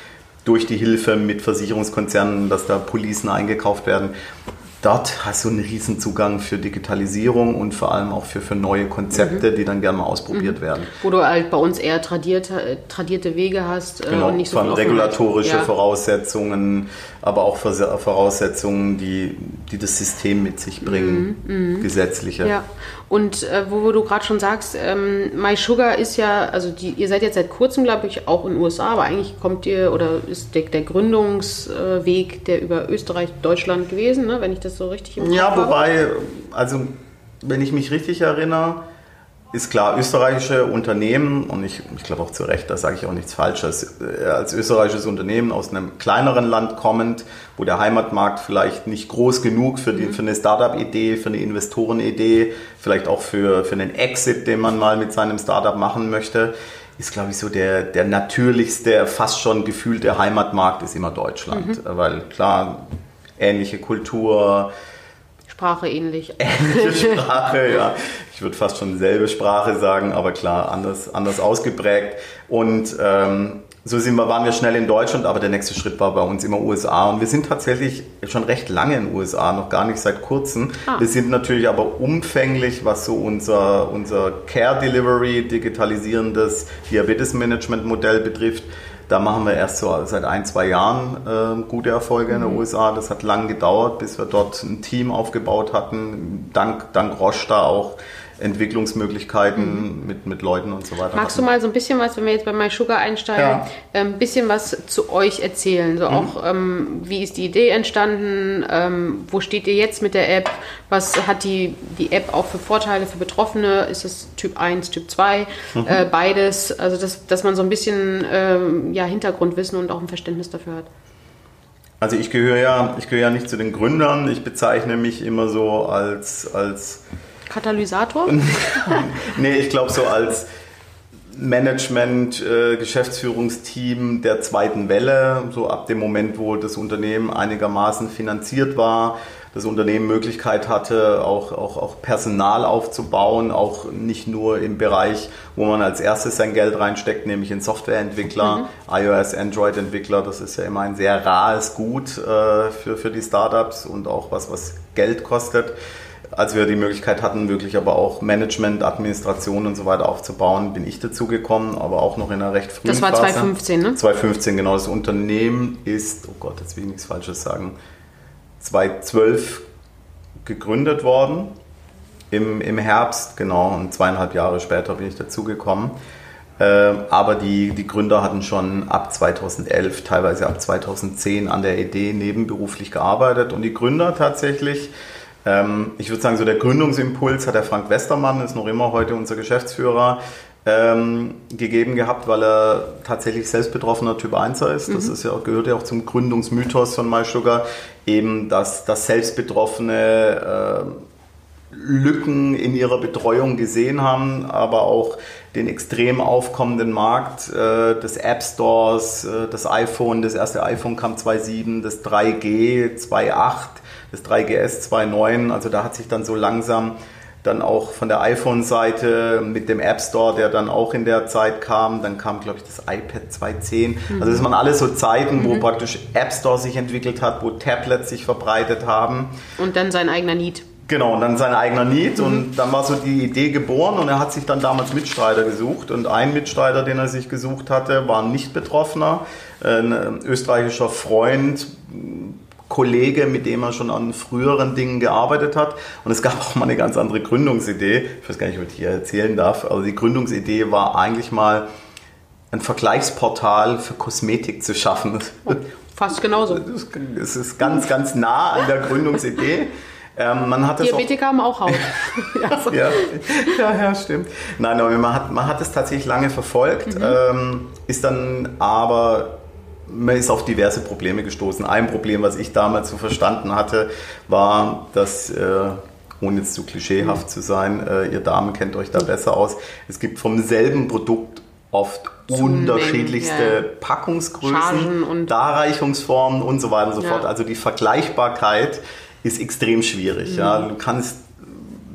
durch die Hilfe mit Versicherungskonzernen, dass da Policen eingekauft werden. Dort hast du einen riesen Zugang für Digitalisierung und vor allem auch für, für neue Konzepte, mhm. die dann gerne mal ausprobiert mhm. werden. Wo du halt bei uns eher tradierte, tradierte Wege hast. Genau, und nicht so vor allem regulatorische ja. Voraussetzungen, aber auch Voraussetzungen, die, die das System mit sich bringen, mhm. gesetzliche. Ja. Und äh, wo, wo du gerade schon sagst, ähm, MySugar ist ja, also die, ihr seid jetzt seit kurzem, glaube ich, auch in den U S A, aber eigentlich kommt ihr, oder ist der, der Gründungsweg der über Österreich, Deutschland gewesen, ne? Wenn ich das so richtig im Kopf Ja, habe. wobei, also wenn ich mich richtig erinnere, ist klar, österreichische Unternehmen, und ich, ich glaube auch zu Recht, da sage ich auch nichts Falsches, als österreichisches Unternehmen aus einem kleineren Land kommend, wo der Heimatmarkt vielleicht nicht groß genug für, die, für eine Startup-Idee, für eine Investorenidee, vielleicht auch für, für einen Exit, den man mal mit seinem Startup machen möchte, ist, glaube ich, so der, der natürlichste, fast schon gefühlte Heimatmarkt ist immer Deutschland. Mhm. Weil klar, ähnliche Kultur, Sprache ähnlich. Ähnliche Sprache, ja. Ich würde fast schon dieselbe Sprache sagen, aber klar, anders, anders ausgeprägt. Und ähm, so sind wir, waren wir schnell in Deutschland, aber der nächste Schritt war bei uns immer U S A. Und wir sind tatsächlich schon recht lange in den U S A, noch gar nicht seit kurzem. Ah. Wir sind natürlich aber umfänglich, was so unser, unser Care Delivery, digitalisierendes Diabetes-Management-Modell betrifft. Da machen wir erst so seit ein, zwei Jahren äh, gute Erfolge in den U S A. Das hat lang gedauert, bis wir dort ein Team aufgebaut hatten. Dank, dank Roche da auch Entwicklungsmöglichkeiten mhm. mit, mit Leuten und so weiter. Magst hatten. du mal so ein bisschen was, wenn wir jetzt bei MySugar einsteigen, ja. ein bisschen was zu euch erzählen? So mhm. auch, ähm, wie ist die Idee entstanden? Ähm, wo steht ihr jetzt mit der App? Was hat die, die App auch für Vorteile für Betroffene? Ist es Typ eins, Typ zwei? Mhm. Äh, beides? Also, dass, dass man so ein bisschen ähm, ja, Hintergrundwissen und auch ein Verständnis dafür hat. Also ich gehöre ja, ich gehöre ja nicht zu den Gründern. Ich bezeichne mich immer so als... als Katalysator? Nee, ich glaube so als Management, äh, Geschäftsführungsteam der zweiten Welle, so ab dem Moment, wo das Unternehmen einigermaßen finanziert war, das Unternehmen Möglichkeit hatte, auch, auch, auch Personal aufzubauen, auch nicht nur im Bereich, wo man als erstes sein Geld reinsteckt, nämlich in Softwareentwickler, mhm. iOS, Android-Entwickler. Das ist ja immer ein sehr rares Gut äh, für, für die Startups und auch was, was Geld kostet. Als wir die Möglichkeit hatten, wirklich aber auch Management, Administration und so weiter aufzubauen, bin ich dazu gekommen, aber auch noch in einer recht frühen Phase. Das war zwanzig fünfzehn, ne? zwanzig fünfzehn, genau. Das Unternehmen ist, oh Gott, jetzt will ich nichts Falsches sagen, zwanzig zwölf gegründet worden, im, im Herbst, genau, und zweieinhalb Jahre später bin ich dazugekommen. Ähm, aber die, die Gründer hatten schon ab zweitausendelf, teilweise ab zweitausendzehn an der Idee nebenberuflich gearbeitet. Und die Gründer tatsächlich, ähm, ich würde sagen, so der Gründungsimpuls hat der Frank Westermann, ist noch immer heute unser Geschäftsführer, ähm, gegeben gehabt, weil er tatsächlich selbst betroffener Typ einser ist. Das mhm. ist ja, gehört ja auch zum Gründungsmythos von MySugar, eben, dass, dass Selbstbetroffene äh, Lücken in ihrer Betreuung gesehen haben, aber auch den extrem aufkommenden Markt äh, des App Stores, äh, das iPhone, das erste iPhone kam zweitausendsieben, das drei G zweitausendacht, das drei G S zweitausendneun, also da hat sich dann so langsam dann auch von der iPhone-Seite mit dem App Store, der dann auch in der Zeit kam, dann kam, glaube ich, das iPad zweitausendzehn. Mhm. Also das waren alles so Zeiten, wo mhm. praktisch App Store sich entwickelt hat, wo Tablets sich verbreitet haben. Und dann sein eigener Need. Genau, und dann sein eigener Need mhm. und dann war so die Idee geboren und er hat sich dann damals Mitstreiter gesucht und ein Mitstreiter, den er sich gesucht hatte, war ein Nicht-Betroffener, ein österreichischer Freund, Kollege, mit dem er schon an früheren Dingen gearbeitet hat. Und es gab auch mal eine ganz andere Gründungsidee. Ich weiß gar nicht, ob ich hier erzählen darf, aber die Gründungsidee war eigentlich mal ein Vergleichsportal für Kosmetik zu schaffen. Oh, fast genauso. Es ist ganz, ganz nah an der Gründungsidee. Ähm, man hat Diabetiker haben auch Haut. ja, ja, ja, ja, stimmt. Nein, aber man hat, man hat es tatsächlich lange verfolgt, mhm. ähm, ist dann aber... Man ist auf diverse Probleme gestoßen. Ein Problem, was ich damals so verstanden hatte, war, dass, äh, ohne jetzt zu klischeehaft zu sein, äh, ihr Damen kennt euch da besser aus, es gibt vom selben Produkt oft Zunehmend, unterschiedlichste ja. Packungsgrößen, und Darreichungsformen und so weiter und so ja. fort. Also die Vergleichbarkeit ist extrem schwierig. Mhm. Ja. Du kannst,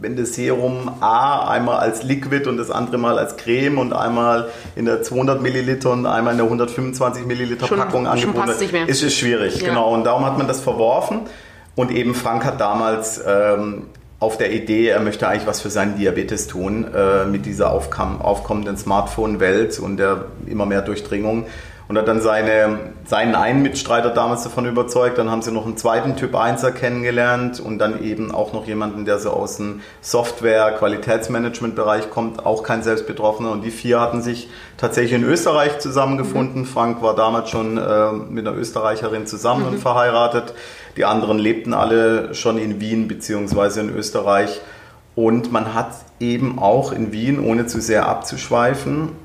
wenn das Serum A einmal als Liquid und das andere mal als Creme und einmal in der zweihundert Milliliter und einmal in der hundertfünfundzwanzig Milliliter schon, Packung angeboten wird, ist es schwierig. Ja. Genau, und darum hat man das verworfen. Und eben Frank hat damals ähm, auf der Idee, er möchte eigentlich was für seinen Diabetes tun, äh, mit dieser aufkam, aufkommenden Smartphone-Welt und der immer mehr Durchdringung. Und hat dann seine, seinen einen Mitstreiter damals davon überzeugt. Dann haben sie noch einen zweiten Typ Einser kennengelernt und dann eben auch noch jemanden, der so aus dem Software-Qualitätsmanagement-Bereich kommt, auch kein Selbstbetroffener. Und die vier hatten sich tatsächlich in Österreich zusammengefunden. Mhm. Frank war damals schon äh, mit einer Österreicherin zusammen mhm. und verheiratet. Die anderen lebten alle schon in Wien beziehungsweise in Österreich. Und man hat eben auch in Wien, ohne zu sehr abzuschweifen,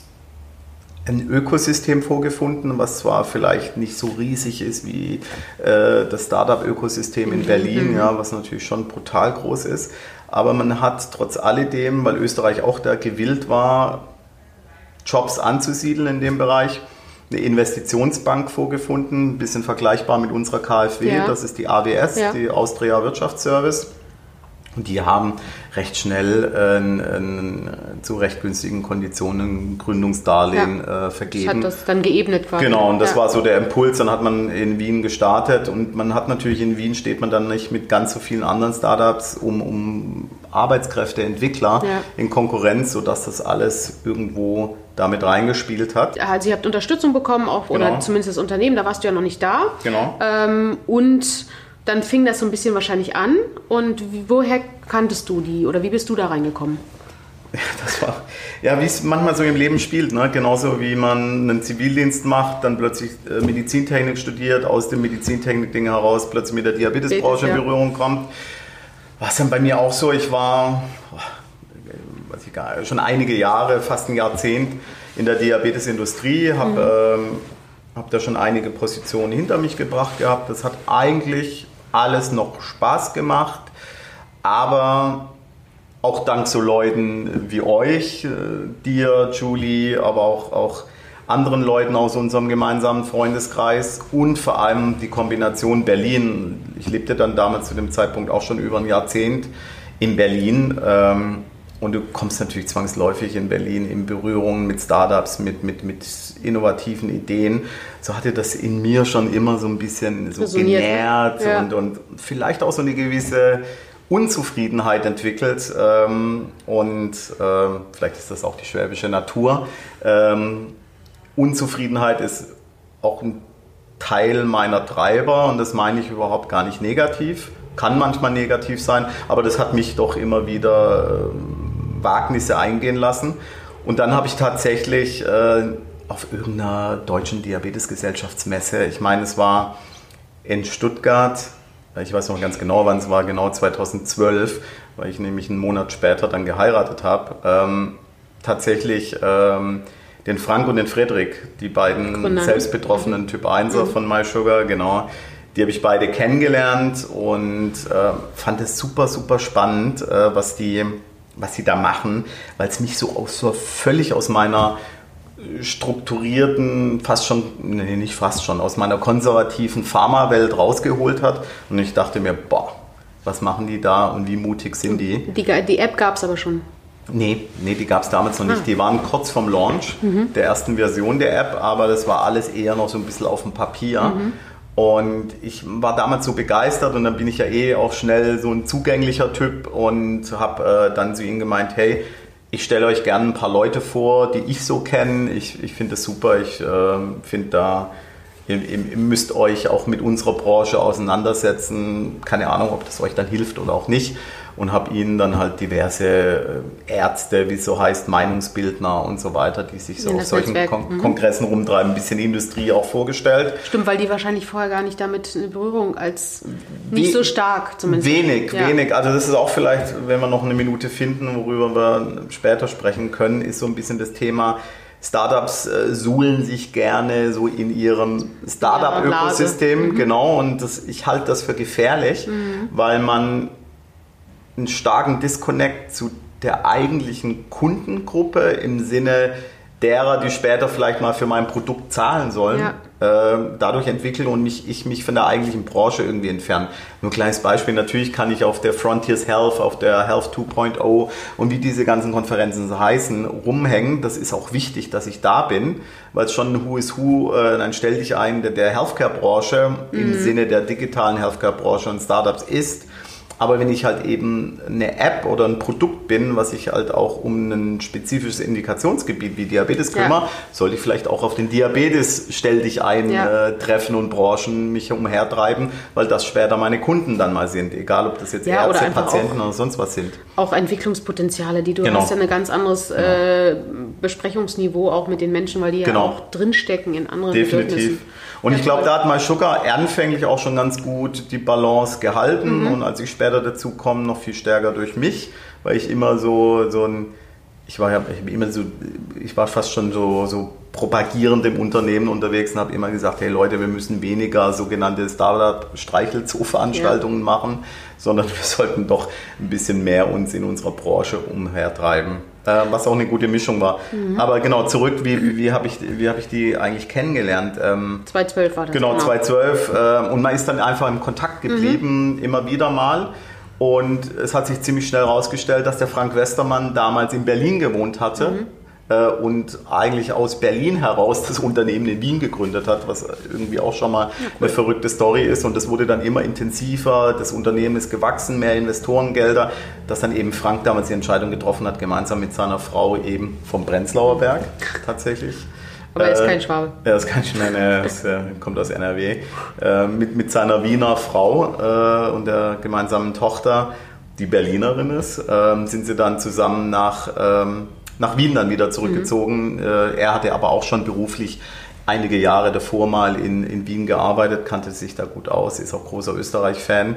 ein Ökosystem vorgefunden, was zwar vielleicht nicht so riesig ist wie äh, das Startup-Ökosystem in Berlin, ja, was natürlich schon brutal groß ist, aber man hat trotz alledem, weil Österreich auch da gewillt war, Jobs anzusiedeln in dem Bereich, eine Investitionsbank vorgefunden, ein bisschen vergleichbar mit unserer K f W, ja. Das ist die A W S, ja. Die Austria Wirtschaftsservice. Und die haben recht schnell äh, ein, ein, zu recht günstigen Konditionen ein Gründungsdarlehen ja. äh, vergeben. Das hat das dann geebnet quasi. Genau, und das ja. war so der Impuls. Dann hat man in Wien gestartet und man hat natürlich in Wien steht man dann nicht mit ganz so vielen anderen Startups um, um Arbeitskräfte, Entwickler ja. in Konkurrenz, sodass das alles irgendwo damit reingespielt hat. Also ihr habt Unterstützung bekommen, auch, genau. Oder zumindest das Unternehmen, da warst du ja noch nicht da. Genau. Ähm, und dann fing das so ein bisschen wahrscheinlich an. Und wie, woher kanntest du die oder wie bist du da reingekommen? Ja, das war, ja, wie es manchmal so im Leben spielt, ne? Genauso wie man einen Zivildienst macht, dann plötzlich äh, Medizintechnik studiert, aus dem Medizintechnik-Ding heraus plötzlich mit der Diabetesbranche in Berührung kommt. War es dann bei mir auch so, ich war oh, weiß ich gar nicht, schon einige Jahre, fast ein Jahrzehnt in der Diabetesindustrie, habe mhm. ähm, hab da schon einige Positionen hinter mich gebracht gehabt. Das hat eigentlich alles noch Spaß gemacht, aber auch dank so Leuten wie euch, dir, Julie, aber auch, auch anderen Leuten aus unserem gemeinsamen Freundeskreis und vor allem die Kombination Berlin. Ich lebte dann damals zu dem Zeitpunkt auch schon über ein Jahrzehnt in Berlin und du kommst natürlich zwangsläufig in Berlin in Berührung mit Startups, mit, mit, mit innovativen Ideen. So hatte das in mir schon immer so ein bisschen so genährt ja. und, und vielleicht auch so eine gewisse Unzufriedenheit entwickelt ähm, und ähm, vielleicht ist das auch die schwäbische Natur. Ähm, Unzufriedenheit ist auch ein Teil meiner Treiber und das meine ich überhaupt gar nicht negativ, kann manchmal negativ sein, aber das hat mich doch immer wieder äh, Wagnisse eingehen lassen und dann habe ich tatsächlich äh, auf irgendeiner deutschen Diabetesgesellschaftsmesse, ich meine es war in Stuttgart, ich weiß noch ganz genau, wann es war, genau zweitausendzwölf, weil ich nämlich einen Monat später dann geheiratet habe. Ähm, tatsächlich ähm, den Frank und den Frederik, die beiden Gründer. Selbstbetroffenen Typ Einser mhm. von MySugar, genau. Die habe ich beide kennengelernt und äh, fand es super, super spannend, äh, was die, was die da machen, weil es mich so, aus, so völlig aus meiner strukturierten, fast schon, nee, nicht fast schon, aus meiner konservativen Pharmawelt rausgeholt hat. Und ich dachte mir, boah, was machen die da und wie mutig sind die? Die, die App gab es aber schon? Nee, nee, die gab es damals noch nicht. Ah. Die waren kurz vorm Launch mhm. der ersten Version der App, aber das war alles eher noch so ein bisschen auf dem Papier. Mhm. Und ich war damals so begeistert und dann bin ich ja eh auch schnell so ein zugänglicher Typ und habe äh, dann zu ihnen gemeint, hey, ich stelle euch gerne ein paar Leute vor, die ich so kenne. Ich, ich finde das super. Ich äh, finde da, ihr, ihr müsst euch auch mit unserer Branche auseinandersetzen. Keine Ahnung, ob das euch dann hilft oder auch nicht. Und habe ihnen dann halt diverse Ärzte, wie es so heißt, Meinungsbildner und so weiter, die sich so auf solchen Kon- mhm. Kongressen rumtreiben, ein bisschen Industrie auch vorgestellt. Stimmt, weil die wahrscheinlich vorher gar nicht damit in Berührung, als nicht We- so stark zumindest. Wenig, ja. wenig. Also das ist auch vielleicht, wenn wir noch eine Minute finden, worüber wir später sprechen können, ist so ein bisschen das Thema, Startups äh, suhlen sich gerne so in ihrem Startup-Ökosystem, mhm. genau, und das, ich halte das für gefährlich, mhm. weil man einen starken Disconnect zu der eigentlichen Kundengruppe im Sinne derer, die später vielleicht mal für mein Produkt zahlen sollen, ja. dadurch entwickle und mich, ich mich von der eigentlichen Branche irgendwie entferne. Nur ein kleines Beispiel, natürlich kann ich auf der Frontiers Health, auf der Health zwei Punkt null und wie diese ganzen Konferenzen so heißen, rumhängen. Das ist auch wichtig, dass ich da bin, weil es schon ein Who is Who, äh, dann stell dich ein, der, der Healthcare-Branche mhm. im Sinne der digitalen Healthcare-Branche und Startups ist. Aber wenn ich halt eben eine App oder ein Produkt bin, was ich halt auch um ein spezifisches Indikationsgebiet wie Diabetes kümmere, ja. sollte ich vielleicht auch auf den Diabetes stell dich ein ja. äh, Treffen und Branchen mich umhertreiben, weil das später meine Kunden dann mal sind. Egal, ob das jetzt ja, Ärzte, oder Patienten oder sonst was sind. Auch Entwicklungspotenziale, die du genau. hast ja ein ganz anderes genau. äh, Besprechungsniveau auch mit den Menschen, weil die genau. ja auch drinstecken in anderen Definitiv. Bedürfnissen. Und ja, ich glaube, da hat MySugar anfänglich auch schon ganz gut die Balance gehalten mhm. und als ich später dazu komme, noch viel stärker durch mich, weil ich immer so, so ein, ich war ja ich immer so, ich war fast schon so, so propagierend im Unternehmen unterwegs und habe immer gesagt, hey Leute, wir müssen weniger sogenannte Startup-Streichelzoo-Veranstaltungen ja. machen, sondern wir sollten doch ein bisschen mehr uns in unserer Branche umhertreiben. Was auch eine gute Mischung war. Mhm. Aber genau, zurück, wie, wie, wie habe ich, wie hab ich die eigentlich kennengelernt? Ähm, zweitausendzwölf war das. Genau, zweitausendzwölf. Äh, und man ist dann einfach im Kontakt geblieben, mhm. immer wieder mal. Und es hat sich ziemlich schnell herausgestellt, dass der Frank Westermann damals in Berlin gewohnt hatte. Mhm. Und eigentlich aus Berlin heraus das Unternehmen in Wien gegründet hat, was irgendwie auch schon mal ja, cool. eine verrückte Story ist. Und das wurde dann immer intensiver, das Unternehmen ist gewachsen, mehr Investorengelder, dass dann eben Frank damals die Entscheidung getroffen hat, gemeinsam mit seiner Frau eben vom Prenzlauer Berg tatsächlich. Aber er ist kein Schwabe. Er ist kein Schwabe, er ist, äh, kommt aus N R W. Äh, mit, mit seiner Wiener Frau äh, und der gemeinsamen Tochter, die Berlinerin ist, äh, sind sie dann zusammen nach... Ähm, nach Wien dann wieder zurückgezogen. Mhm. Er hatte aber auch schon beruflich einige Jahre davor mal in, in Wien gearbeitet, kannte sich da gut aus, ist auch großer Österreich-Fan.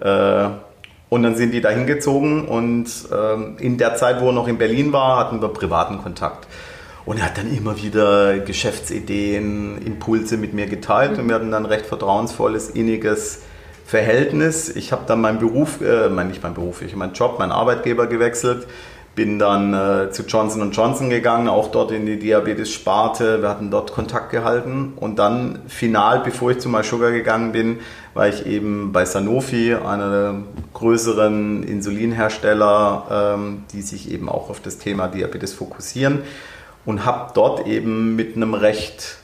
Und dann sind die da hingezogen und in der Zeit, wo er noch in Berlin war, hatten wir privaten Kontakt. Und er hat dann immer wieder Geschäftsideen, Impulse mit mir geteilt mhm. und wir hatten dann ein recht vertrauensvolles, inniges Verhältnis. Ich habe dann meinen Beruf, äh, mein, nicht meinen Beruf, ich meinen Job, meinen Arbeitgeber gewechselt. Bin dann äh, zu Johnson und Johnson gegangen, auch dort in die Diabetes-Sparte. Wir hatten dort Kontakt gehalten. Und dann final, bevor ich zu MySugar gegangen bin, war ich eben bei Sanofi, einer der größeren Insulinhersteller, ähm, die sich eben auch auf das Thema Diabetes fokussieren. Und habe dort eben mit einem recht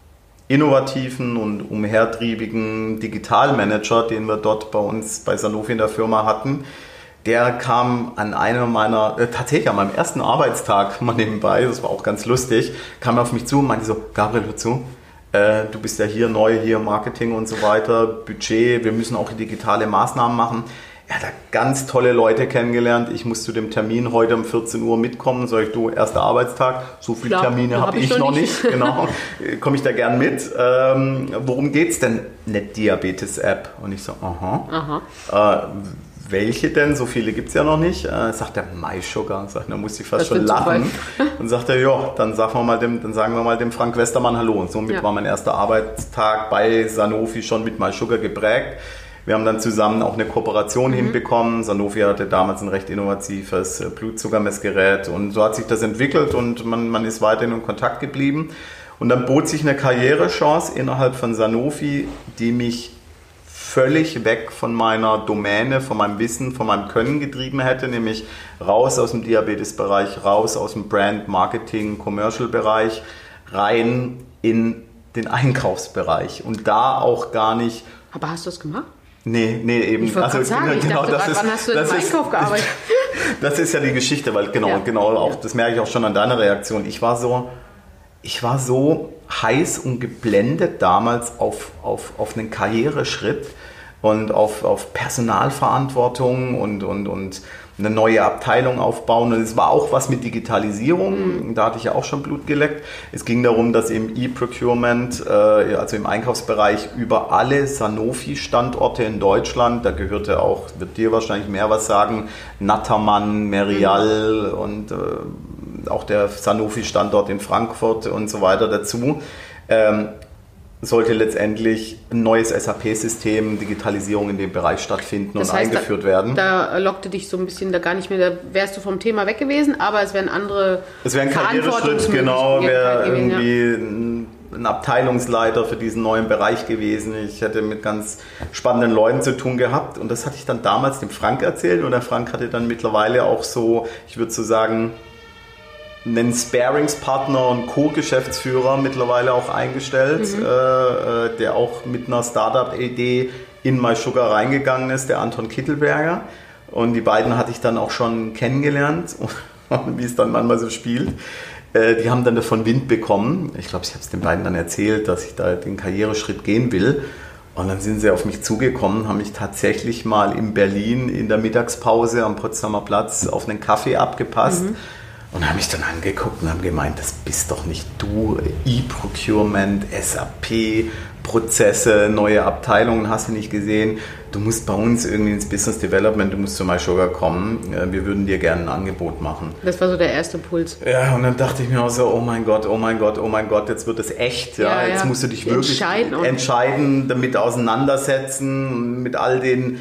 innovativen und umhertriebigen Digitalmanager, den wir dort bei uns bei Sanofi in der Firma hatten, der kam an einem meiner, äh, tatsächlich an meinem ersten Arbeitstag mal nebenbei, das war auch ganz lustig, kam er auf mich zu und meinte so, Gabriel, hör zu, äh, du bist ja hier neu, hier Marketing und so weiter, Budget, wir müssen auch digitale Maßnahmen machen. Er hat da ganz tolle Leute kennengelernt. Ich muss zu dem Termin heute um vierzehn Uhr mitkommen. Sag ich, du, erster Arbeitstag, so viele Klar, Termine habe hab ich noch nicht. nicht. Genau, komme ich da gern mit. Ähm, worum geht's denn? Eine Diabetes-App. Und ich so, aha. aha. Äh, welche denn? So viele gibt es ja noch nicht. Äh, sagt er, MySugar. Sagt, da musste ich fast das schon lachen. Und sagt er, ja, dann sagen wir mal dem, dann sagen wir mal dem Frank Westermann Hallo. Und somit ja. war mein erster Arbeitstag bei Sanofi schon mit MySugar geprägt. Wir haben dann zusammen auch eine Kooperation mhm. hinbekommen. Sanofi hatte damals ein recht innovatives Blutzuckermessgerät und so hat sich das entwickelt und man, man ist weiterhin in Kontakt geblieben. Und dann bot sich eine Karrierechance innerhalb von Sanofi, die mich völlig weg von meiner Domäne, von meinem Wissen, von meinem Können getrieben hätte, nämlich raus aus dem Diabetes-Bereich, raus aus dem Brand, Marketing, Commercial-Bereich, rein in den Einkaufsbereich und da auch gar nicht... Aber hast du es gemacht? Nee, nee, eben. Ich wollte also, sagen, ich genau, dachte, das ist, wann hast du im Einkauf gearbeitet? Das ist ja die Geschichte, weil genau, ja. genau, auch das merke ich auch schon an deiner Reaktion. Ich war so, ich war so heiß und geblendet damals auf, auf, auf einen Karriereschritt und auf, auf Personalverantwortung und, und, und eine neue Abteilung aufbauen. Und es war auch was mit Digitalisierung, mhm. da hatte ich ja auch schon Blut geleckt. Es ging darum, dass im E-Procurement, äh, also im Einkaufsbereich, über alle Sanofi-Standorte in Deutschland, da gehörte auch, wird dir wahrscheinlich mehr was sagen, Nattermann, Merial mhm. und äh, auch der Sanofi-Standort in Frankfurt und so weiter dazu. Ähm, sollte letztendlich ein neues S A P-System, Digitalisierung in dem Bereich stattfinden das und heißt, eingeführt da, werden. Da lockte dich so ein bisschen da gar nicht mehr, da wärst du vom Thema weg gewesen, aber es wären andere Es wäre ein Karriereschritt, genau, wäre irgendwie ein Abteilungsleiter für diesen neuen Bereich gewesen. Ich hätte mit ganz spannenden Leuten zu tun gehabt und das hatte ich dann damals dem Frank erzählt und der Frank hatte dann mittlerweile auch so, ich würde so sagen, einen Sparingspartner und Co-Geschäftsführer mittlerweile auch eingestellt, mhm. äh, der auch mit einer Startup-Idee in MySugar reingegangen ist, der Anton Kittelberger. Und die beiden hatte ich dann auch schon kennengelernt, wie es dann manchmal so spielt. Die haben dann davon Wind bekommen. Ich glaube, ich habe es den beiden dann erzählt, dass ich da den Karriereschritt gehen will. Und dann sind sie auf mich zugekommen, haben mich tatsächlich mal in Berlin in der Mittagspause am Potsdamer Platz auf einen Kaffee abgepasst. Mhm. Und haben mich dann angeguckt und haben gemeint, das bist doch nicht du. E-Procurement, S A P, Prozesse, neue Abteilungen, hast du nicht gesehen. Du musst bei uns irgendwie ins Business Development, du musst zu MySugar kommen. Wir würden dir gerne ein Angebot machen. Das war so der erste Puls. Ja, und dann dachte ich mir auch so, oh mein Gott, oh mein Gott, oh mein Gott, jetzt wird es echt. Ja, ja, jetzt ja. musst du dich wirklich entscheiden, entscheiden, damit auseinandersetzen, mit all den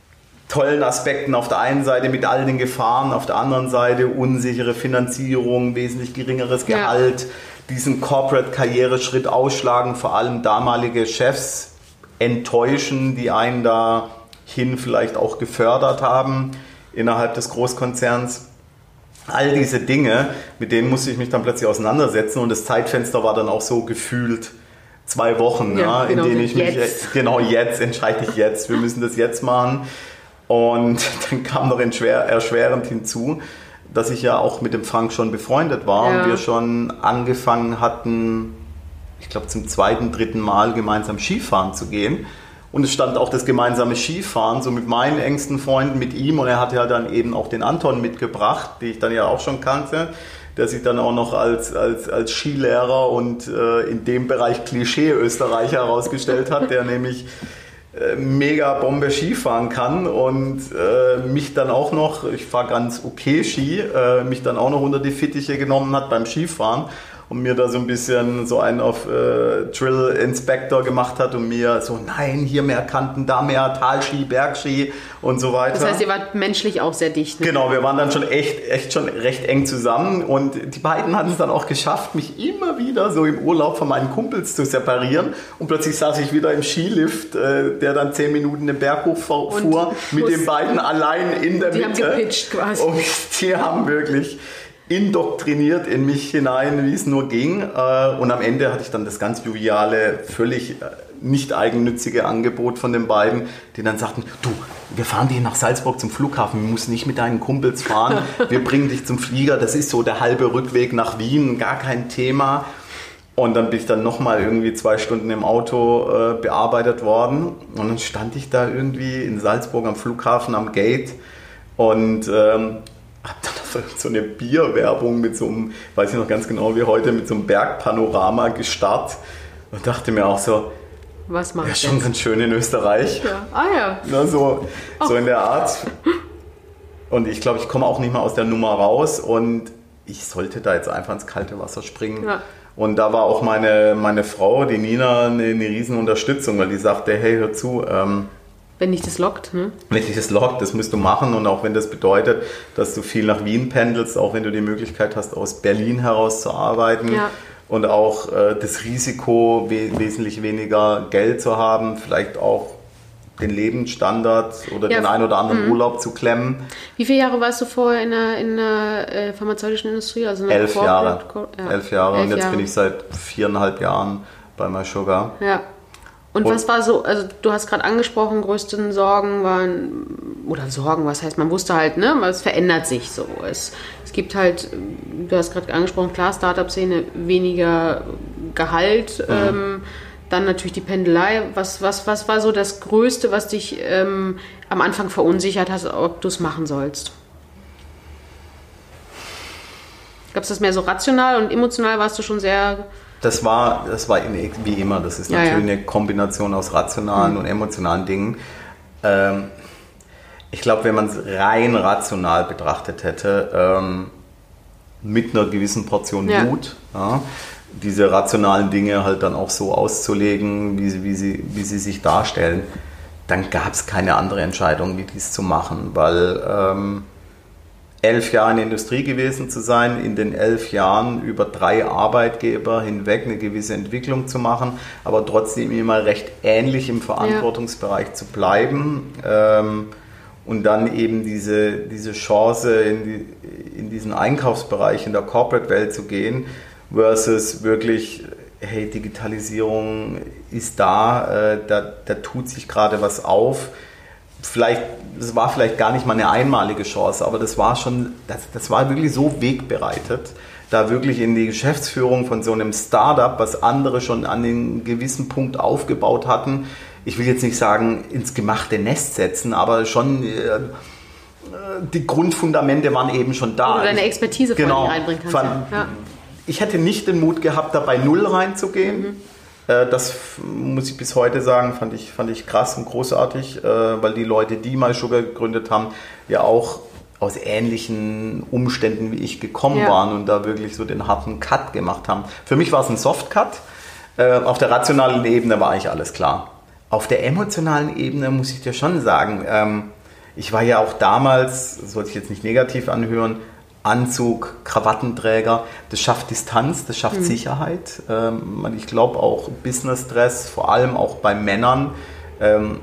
tollen Aspekten auf der einen Seite, mit all den Gefahren, auf der anderen Seite unsichere Finanzierung, wesentlich geringeres Gehalt, ja. diesen Corporate-Karriereschritt ausschlagen, vor allem damalige Chefs enttäuschen, die einen dahin vielleicht auch gefördert haben innerhalb des Großkonzerns. All diese Dinge, mit denen musste ich mich dann plötzlich auseinandersetzen und das Zeitfenster war dann auch so gefühlt zwei Wochen, ja, ja, genau, in denen ich mich, jetzt. genau jetzt, entscheide ich jetzt, wir müssen das jetzt machen. Und dann kam noch erschwerend hinzu, dass ich ja auch mit dem Frank schon befreundet war ja. und wir schon angefangen hatten, ich glaube zum zweiten, dritten Mal gemeinsam Skifahren zu gehen. Und es stand auch das gemeinsame Skifahren, so mit meinen engsten Freunden, mit ihm. Und er hatte ja dann eben auch den Anton mitgebracht, den ich dann ja auch schon kannte, der sich dann auch noch als, als, als Skilehrer und äh, in dem Bereich Klischee-Österreicher herausgestellt hat, der nämlich mega Bombe Skifahren kann und äh, mich dann auch noch, ich fahre ganz okay Ski, äh, mich dann auch noch unter die Fittiche genommen hat beim Skifahren und mir da so ein bisschen so einen auf äh, Drill Inspector gemacht hat und mir so, nein, hier mehr Kanten, da mehr Talski, Bergski und so weiter. Das heißt, ihr wart menschlich auch sehr dicht. Ne? Genau, wir waren dann schon echt, echt schon recht eng zusammen und die beiden hatten es dann auch geschafft, mich immer wieder so im Urlaub von meinen Kumpels zu separieren und plötzlich saß ich wieder im Skilift, äh, der dann zehn Minuten den Berg hochfuhr, mit den beiden allein in der die Mitte. Die haben gepitcht quasi. Und die haben wirklich indoktriniert in mich hinein, wie es nur ging. Und am Ende hatte ich dann das ganz joviale, völlig nicht eigennützige Angebot von den beiden, die dann sagten, du, wir fahren dich nach Salzburg zum Flughafen, wir müssen nicht mit deinen Kumpels fahren, wir bringen dich zum Flieger, das ist so der halbe Rückweg nach Wien, gar kein Thema. Und dann bin ich dann nochmal irgendwie zwei Stunden im Auto äh, bearbeitet worden und dann stand ich da irgendwie in Salzburg am Flughafen am Gate und ähm, hab dann so eine Bierwerbung mit so einem, weiß ich noch ganz genau wie heute, mit so einem Bergpanorama gestartet und dachte mir auch so, was macht ja, schon ganz schön in Österreich. Ja. Ah ja. Na, so, so in der Art. Und ich glaube, ich komme auch nicht mal aus der Nummer raus und ich sollte da jetzt einfach ins kalte Wasser springen. Ja. Und da war auch meine, meine Frau, die Nina, eine, eine riesen Unterstützung, weil die sagte, hey, hör zu, ähm, wenn dich das lockt, ne? Wenn dich das lockt, das musst du machen und auch wenn das bedeutet, dass du viel nach Wien pendelst, auch wenn du die Möglichkeit hast, aus Berlin heraus zu arbeiten ja. und auch äh, das Risiko, we- wesentlich weniger Geld zu haben, vielleicht auch den Lebensstandard oder ja. den einen oder anderen mhm. Urlaub zu klemmen. Wie viele Jahre warst du vorher in der, in der äh, pharmazeutischen Industrie? Also Elf Jahre. Ja. Elf Jahre Elf und jetzt Jahre. bin ich seit viereinhalb Jahren bei MySugar. Ja. Und, und was war so, also du hast gerade angesprochen, größten Sorgen waren, oder Sorgen, was heißt, man wusste halt, ne, es verändert sich so. Es, es gibt halt, du hast gerade angesprochen, klar, Startup-Szene, weniger Gehalt, mhm. ähm, dann natürlich die Pendelei. Was, was, was war so das Größte, was dich ähm, am Anfang verunsichert hat, ob du es machen sollst? Gab es das mehr so rational und emotional warst du schon sehr... Das war, das war wie immer, das ist natürlich ja, ja. eine Kombination aus rationalen mhm. und emotionalen Dingen. Ähm, ich glaube, wenn man es rein rational betrachtet hätte, ähm, mit einer gewissen Portion ja. Mut, ja, diese rationalen Dinge halt dann auch so auszulegen, wie sie, wie sie, wie sie sich darstellen, dann gab es keine andere Entscheidung, wie dies zu machen, weil ähm, elf Jahre in der Industrie gewesen zu sein, in den elf Jahren über drei Arbeitgeber hinweg eine gewisse Entwicklung zu machen, aber trotzdem immer recht ähnlich im Verantwortungsbereich ja. zu bleiben ähm, und dann eben diese, diese Chance in, die, in diesen Einkaufsbereich, in der Corporate-Welt zu gehen, versus wirklich, hey, Digitalisierung ist da, äh, da, da tut sich gerade was auf. Vielleicht, das war vielleicht gar nicht mal eine einmalige Chance, aber das war schon, das, das war wirklich so wegbereitet, da wirklich in die Geschäftsführung von so einem Startup, was andere schon an einem gewissen Punkt aufgebaut hatten, ich will jetzt nicht sagen, ins gemachte Nest setzen, aber schon äh, die Grundfundamente waren eben schon da. Wo du deine Expertise genau, vor allem reinbringen kannst. Fand, ja. Ich hätte nicht den Mut gehabt, da bei Null reinzugehen. Mhm. Das muss ich bis heute sagen, fand ich, fand ich krass und großartig, weil die Leute, die MySugar gegründet haben, ja auch aus ähnlichen Umständen wie ich gekommen ja. waren und da wirklich so den harten Cut gemacht haben. Für mich war es ein Soft-Cut. Auf der rationalen Ebene war eigentlich alles klar. Auf der emotionalen Ebene muss ich dir schon sagen, ich war ja auch damals, das sollte ich jetzt nicht negativ anhören, Anzug, Krawattenträger, das schafft Distanz, das schafft mhm. Sicherheit. Ähm, ich glaube auch Business-Stress, vor allem auch bei Männern, ähm,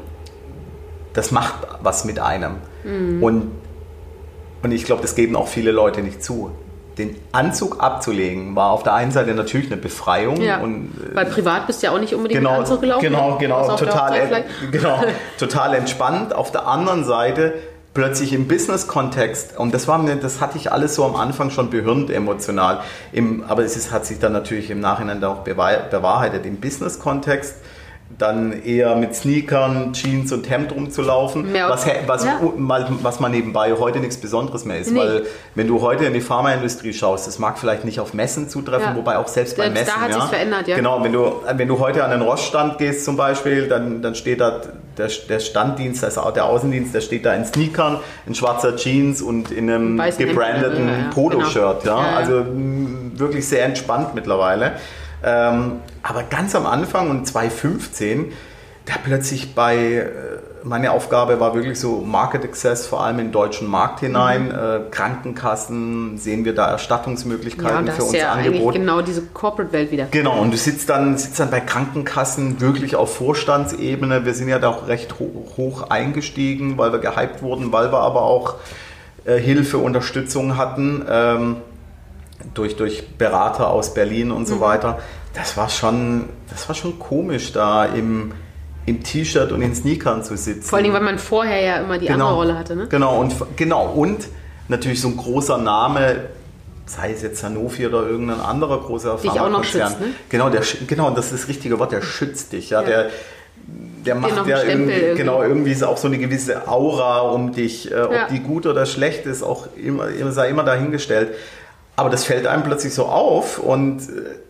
das macht was mit einem. Mhm. Und, und ich glaube, das geben auch viele Leute nicht zu. Den Anzug abzulegen war auf der einen Seite natürlich eine Befreiung. Ja, und, weil privat bist du ja auch nicht unbedingt genau, mit Anzug gelaufen. Genau, genau, total, en, genau total entspannt. Auf der anderen Seite plötzlich im Business-Kontext, und das war mir, das hatte ich alles so am Anfang schon behirnt emotional, Im, aber es ist, hat sich dann natürlich im Nachhinein auch bewahrheitet, im Business-Kontext dann eher mit Sneakern, Jeans und Hemd rumzulaufen, was, was, ja. was man nebenbei heute nichts Besonderes mehr ist, nee. Weil wenn du heute in die Pharmaindustrie schaust, das mag vielleicht nicht auf Messen zutreffen, ja. wobei auch selbst, selbst bei Messen. Da hat ja, sich verändert, ja. Genau, wenn du, wenn du heute an den Rossstand gehst zum Beispiel, dann, dann steht da der, der Standdienst, also der Außendienst, der steht da in Sneakern, in schwarzer Jeans und in einem gebrandeten ja, ja. Polo-Shirt. Genau. Ja? Ja, ja. Also mh, wirklich sehr entspannt mittlerweile. Ähm, aber ganz am Anfang und zwanzig fünfzehn, da plötzlich bei, meine Aufgabe war wirklich so Market Access, vor allem in den deutschen Markt hinein, mhm. äh, Krankenkassen, sehen wir da Erstattungsmöglichkeiten ja, für uns ja angeboten. Genau diese Corporate-Welt wieder. Genau, und du sitzt dann, sitzt dann bei Krankenkassen wirklich auf Vorstandsebene. Wir sind ja da auch recht hoch, hoch eingestiegen, weil wir gehypt wurden, weil wir aber auch äh, Hilfe, Unterstützung hatten. Ähm, Durch, durch Berater aus Berlin und so mhm. weiter. Das war schon, das war schon komisch, da im, im T-Shirt und in Sneakern zu sitzen. Vor allem, weil man vorher ja immer die genau. andere Rolle hatte. Ne? Genau, und, genau, und natürlich so ein großer Name, sei es jetzt Sanofi oder irgendein anderer großer Pharmakonzern. Dich auch noch schützt, ne? Genau, der, genau, das ist das richtige Wort, der schützt dich. Ja, ja. Der, der macht ja irgendwie, irgendwie. Genau, irgendwie ist auch so eine gewisse Aura um dich. Äh, ob ja. die gut oder schlecht ist, auch immer, sei immer dahingestellt. Aber das fällt einem plötzlich so auf und,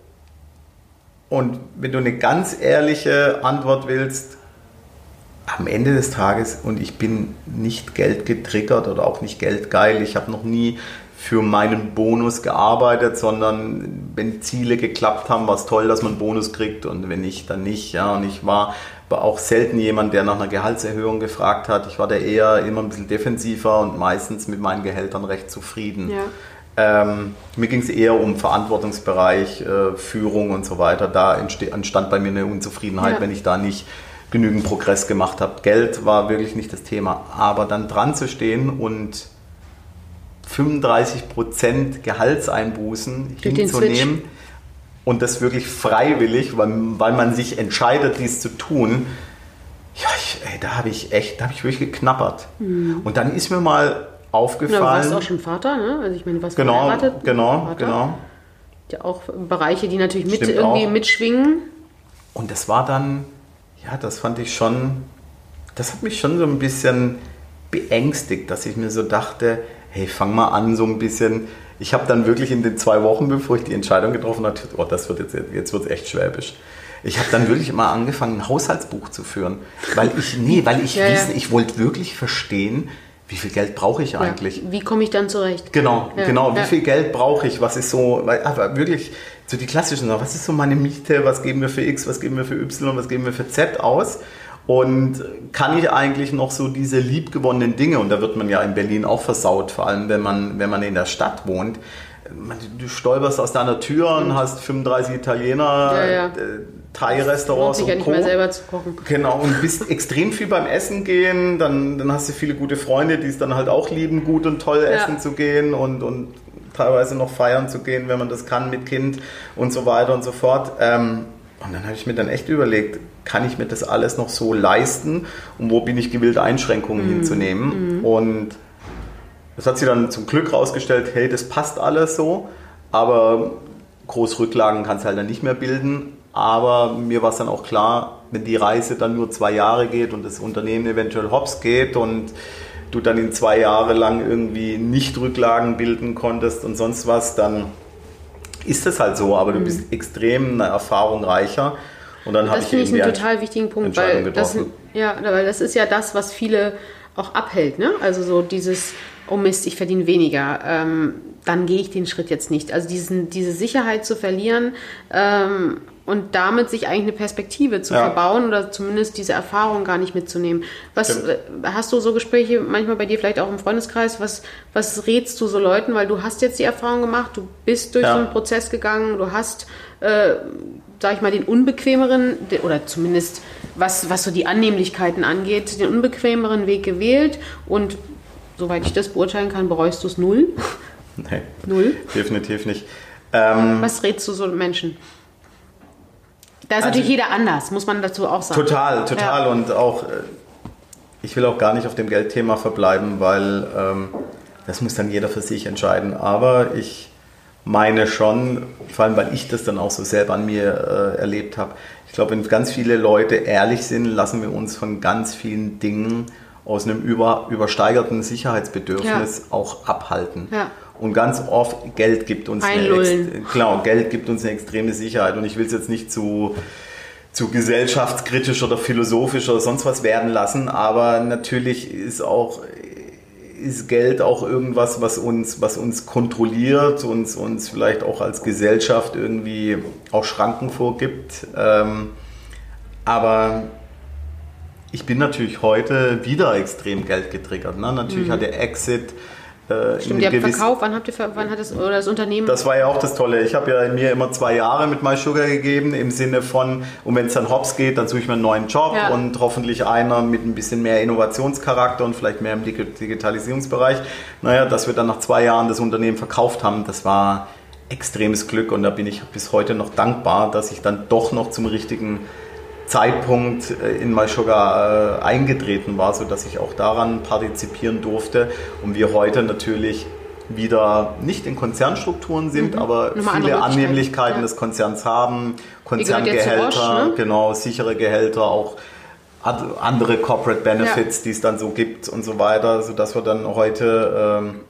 und wenn du eine ganz ehrliche Antwort willst, am Ende des Tages, und ich bin nicht geldgetriggert oder auch nicht geldgeil, ich habe noch nie für meinen Bonus gearbeitet, sondern wenn Ziele geklappt haben, war es toll, dass man einen Bonus kriegt und wenn nicht, dann nicht. Ja. Und ich war, war auch selten jemand, der nach einer Gehaltserhöhung gefragt hat. Ich war da eher immer ein bisschen defensiver und meistens mit meinen Gehältern recht zufrieden. Ja. Ähm, mir ging es eher um Verantwortungsbereich, äh, Führung und so weiter. Da entste- entstand bei mir eine Unzufriedenheit, ja. wenn ich da nicht genügend Progress gemacht habe. Geld war wirklich nicht das Thema. Aber dann dran zu stehen und fünfunddreißig Prozent Gehaltseinbußen Durch hinzunehmen und das wirklich freiwillig, weil, weil man sich entscheidet, dies zu tun, ja, ich, ey, da habe ich echt, da habe ich wirklich geknappert. Mhm. Und dann ist mir mal aufgefallen. Ja, du warst auch schon Vater, ne? Also ich meine, was genau, verheiratet? Genau, Vater. genau. Ja, auch Bereiche, die natürlich mit Stimmt irgendwie auch. mitschwingen. Und das war dann, ja, das fand ich schon, das hat mich schon so ein bisschen beängstigt, dass ich mir so dachte, hey, fang mal an so ein bisschen. Ich habe dann wirklich in den zwei Wochen, bevor ich die Entscheidung getroffen habe, oh, das wird jetzt, jetzt wird es echt schwäbisch. Ich habe dann wirklich mal angefangen, ein Haushaltsbuch zu führen, weil ich, nee, weil ich ja, wissen, ja. ich wollte wirklich verstehen, wie viel Geld brauche ich eigentlich? Ja, wie komme ich dann zurecht? Genau, ja, genau. Wie ja. viel Geld brauche ich? Was ist so, aber wirklich so die klassischen Sachen. Was ist so meine Miete? Was geben wir für X? Was geben wir für Y? Was geben wir für Z aus? Und kann ich eigentlich noch so diese liebgewonnenen Dinge, und da wird man ja in Berlin auch versaut, vor allem wenn man, wenn man in der Stadt wohnt, du stolperst aus deiner Tür und hast fünfunddreißig Italiener, ja, ja. Thai-Restaurants und Co. Ja nicht mehr selber zu kochen. Genau, und bist extrem viel beim Essen gehen, dann, dann hast du viele gute Freunde, die es dann halt auch lieben, gut und toll ja. essen zu gehen und, und teilweise noch feiern zu gehen, wenn man das kann mit Kind und so weiter und so fort. Ähm, und dann habe ich mir dann echt überlegt, kann ich mir das alles noch so leisten und wo bin ich gewillt, Einschränkungen mhm. hinzunehmen? Mhm. Und das hat sich dann zum Glück rausgestellt, hey, das passt alles so, aber Großrücklagen kannst du halt dann nicht mehr bilden. Aber mir war es dann auch klar, wenn die Reise dann nur zwei Jahre geht und das Unternehmen eventuell hops geht und du dann in zwei Jahre lang irgendwie nicht Rücklagen bilden konntest und sonst was, dann ist das halt so. Aber du bist mhm. extrem eine Erfahrung reicher. Und dann habe ich eben einen total wichtigen Punkt, weil das, ja, weil das ist ja das, was viele auch abhält. Ne? Also so dieses, oh Mist, ich verdiene weniger, ähm, dann gehe ich den Schritt jetzt nicht. Also diesen, diese Sicherheit zu verlieren ähm, und damit sich eigentlich eine Perspektive zu ja. verbauen oder zumindest diese Erfahrung gar nicht mitzunehmen. Was äh, hast du so Gespräche manchmal bei dir vielleicht auch im Freundeskreis? Was, was rätst du so Leuten? Weil du hast jetzt die Erfahrung gemacht, du bist durch ja. so einen Prozess gegangen, du hast, äh, sag ich mal, den unbequemeren oder zumindest was, was so die Annehmlichkeiten angeht, den unbequemeren Weg gewählt und soweit ich das beurteilen kann, bereust du es null? Nee, null? Definitiv nicht. Ähm, was rätst du so Menschen? Da ist also natürlich jeder anders, muss man dazu auch sagen. Total, total. Ja. Und auch, ich will auch gar nicht auf dem Geldthema verbleiben, weil ähm, das muss dann jeder für sich entscheiden. Aber ich meine schon, vor allem weil ich das dann auch so selber an mir äh, erlebt habe, ich glaube, wenn ganz viele Leute ehrlich sind, lassen wir uns von ganz vielen Dingen aus einem über, übersteigerten Sicherheitsbedürfnis ja. auch abhalten. Ja. Und ganz oft, Geld gibt uns eine, klar, Geld gibt uns eine extreme Sicherheit. Und ich will es jetzt nicht zu, zu gesellschaftskritisch oder philosophisch oder sonst was werden lassen, aber natürlich ist auch ist Geld auch irgendwas, was uns, was uns kontrolliert, uns, uns vielleicht auch als Gesellschaft irgendwie auch Schranken vorgibt. Ähm, aber ich bin natürlich heute wieder extrem geldgetriggert. Ne? Natürlich mhm. hat der Exit äh, Stimmt, ihr habt verkauft, wann habt ihr, wann hat das, oder das Unternehmen? Das war ja auch das Tolle. Ich habe ja mir immer zwei Jahre mit MySugar gegeben, im Sinne von, und wenn es dann hops geht, dann suche ich mir einen neuen Job ja. und hoffentlich einer mit ein bisschen mehr Innovationscharakter und vielleicht mehr im Digitalisierungsbereich. Naja, dass wir dann nach zwei Jahren das Unternehmen verkauft haben, das war extremes Glück und da bin ich bis heute noch dankbar, dass ich dann doch noch zum richtigen Zeitpunkt in MySugar äh, eingetreten war, sodass ich auch daran partizipieren durfte und wir heute natürlich wieder nicht in Konzernstrukturen sind, mhm. aber Nochmal viele Annehmlichkeiten ja. des Konzerns haben, Konzerngehälter, Roche, ne? genau, sichere Gehälter, auch andere Corporate Benefits, ja. die es dann so gibt und so weiter, sodass wir dann heute ähm,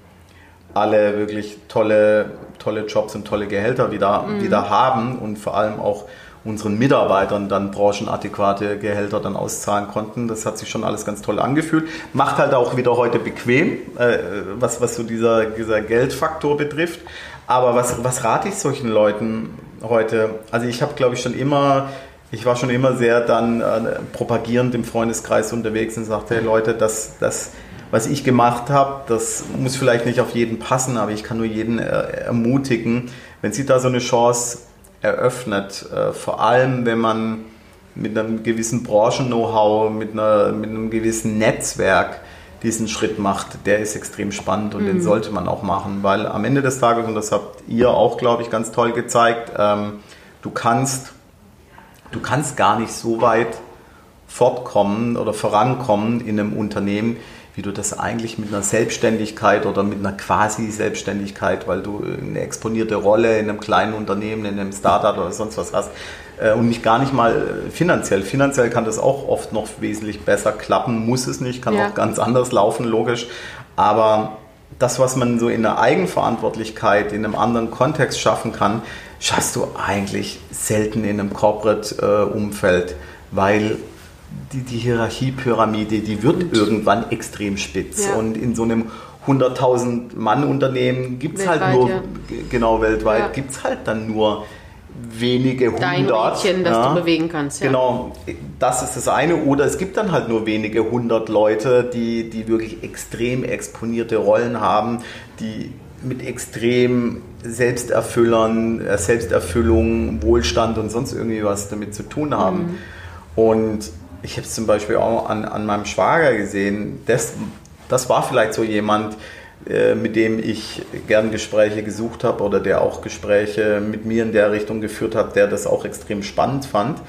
alle wirklich tolle, tolle Jobs und tolle Gehälter wieder, mhm. wieder haben und vor allem auch unseren Mitarbeitern dann branchenadäquate Gehälter dann auszahlen konnten. Das hat sich schon alles ganz toll angefühlt. Macht halt auch wieder heute bequem, äh, was, was so dieser, dieser Geldfaktor betrifft. Aber was, was rate ich solchen Leuten heute? Also ich habe, glaube ich, schon immer, ich war schon immer sehr dann äh, propagierend im Freundeskreis unterwegs und sagte, hey Leute, das, das, was ich gemacht habe, das muss vielleicht nicht auf jeden passen, aber ich kann nur jeden äh, ermutigen, wenn Sie da so eine Chance eröffnet, äh, vor allem wenn man mit einem gewissen Branchen-Know-how, mit, einer, mit einem gewissen Netzwerk diesen Schritt macht, der ist extrem spannend und mhm. den sollte man auch machen, weil am Ende des Tages, und das habt ihr auch, glaube ich, ganz toll gezeigt, ähm, du kannst, du kannst gar nicht so weit fortkommen oder vorankommen in einem Unternehmen, wie du das eigentlich mit einer Selbstständigkeit oder mit einer Quasi-Selbstständigkeit, weil du eine exponierte Rolle in einem kleinen Unternehmen, in einem Startup oder sonst was hast und nicht gar nicht mal finanziell. Finanziell kann das auch oft noch wesentlich besser klappen, muss es nicht, kann ja. auch ganz anders laufen, logisch. Aber das, was man so in der Eigenverantwortlichkeit, in einem anderen Kontext schaffen kann, schaffst du eigentlich selten in einem Corporate-Umfeld, weil Die, die Hierarchiepyramide, die wird und irgendwann extrem spitz. Ja. Und in so einem hunderttausend Mann Unternehmen gibt es halt nur, ja. genau weltweit, ja. gibt es halt dann nur wenige Dein hundert. Rädchen, das ja. du bewegen kannst. Ja. Genau, das ist das eine. Oder es gibt dann halt nur wenige hundert Leute, die, die wirklich extrem exponierte Rollen haben, die mit extrem Selbsterfüllern, Selbsterfüllung, Wohlstand und sonst irgendwie was damit zu tun haben. Mhm. Und ich habe es zum Beispiel auch an, an meinem Schwager gesehen. Das, das war vielleicht so jemand, äh, mit dem ich gern Gespräche gesucht habe oder der auch Gespräche mit mir in der Richtung geführt hat, der das auch extrem spannend fand.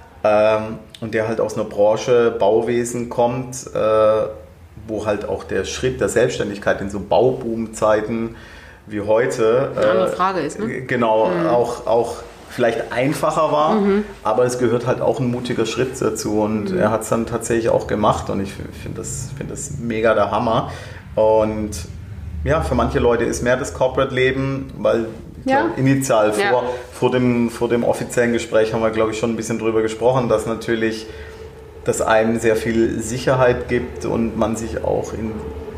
Ähm, und der halt aus einer Branche Bauwesen kommt, äh, wo halt auch der Schritt der Selbstständigkeit in so Bauboom-Zeiten wie heute eine andere Frage ist, ne? Genau, mhm. auch, auch vielleicht einfacher war, mhm. aber es gehört halt auch ein mutiger Schritt dazu und mhm. er hat es dann tatsächlich auch gemacht und ich finde das, find das mega der Hammer. Und ja, für manche Leute ist mehr das Corporate-Leben, weil ja. glaub, initial vor, ja. vor, dem, vor dem offiziellen Gespräch haben wir, glaube ich, schon ein bisschen drüber gesprochen, dass natürlich das einem sehr viel Sicherheit gibt und man sich auch in,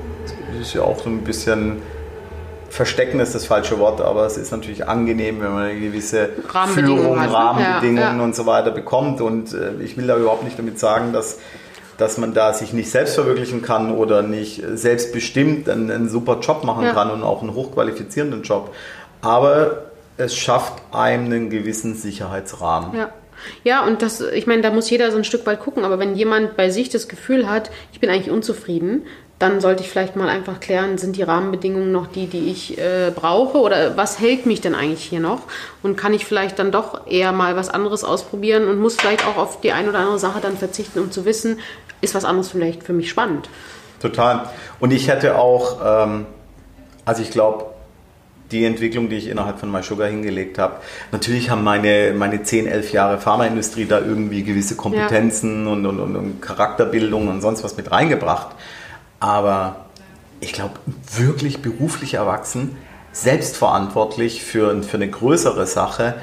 das ist ja auch so ein bisschen, verstecken ist das falsche Wort, aber es ist natürlich angenehm, wenn man eine gewisse Führung, hat, Rahmenbedingungen ja, ja. und so weiter bekommt und äh, ich will da überhaupt nicht damit sagen, dass, dass man da sich nicht selbst verwirklichen kann oder nicht selbstbestimmt einen, einen super Job machen ja. kann und auch einen hochqualifizierenden Job, aber es schafft einem einen gewissen Sicherheitsrahmen. Ja. Ja, und das, ich meine, da muss jeder so ein Stück weit gucken, aber wenn jemand bei sich das Gefühl hat, ich bin eigentlich unzufrieden, dann sollte ich vielleicht mal einfach klären, sind die Rahmenbedingungen noch die, die ich äh, brauche oder was hält mich denn eigentlich hier noch und kann ich vielleicht dann doch eher mal was anderes ausprobieren und muss vielleicht auch auf die eine oder andere Sache dann verzichten, um zu wissen, ist was anderes vielleicht für mich spannend. Total. Und ich hätte auch, ähm, also ich glaube, die Entwicklung, die ich innerhalb von MySugar hingelegt habe. Natürlich haben meine, meine zehn, elf Jahre Pharmaindustrie da irgendwie gewisse Kompetenzen ja. und, und, und, und Charakterbildung und sonst was mit reingebracht. Aber ich glaube, wirklich beruflich erwachsen, selbstverantwortlich für, für eine größere Sache,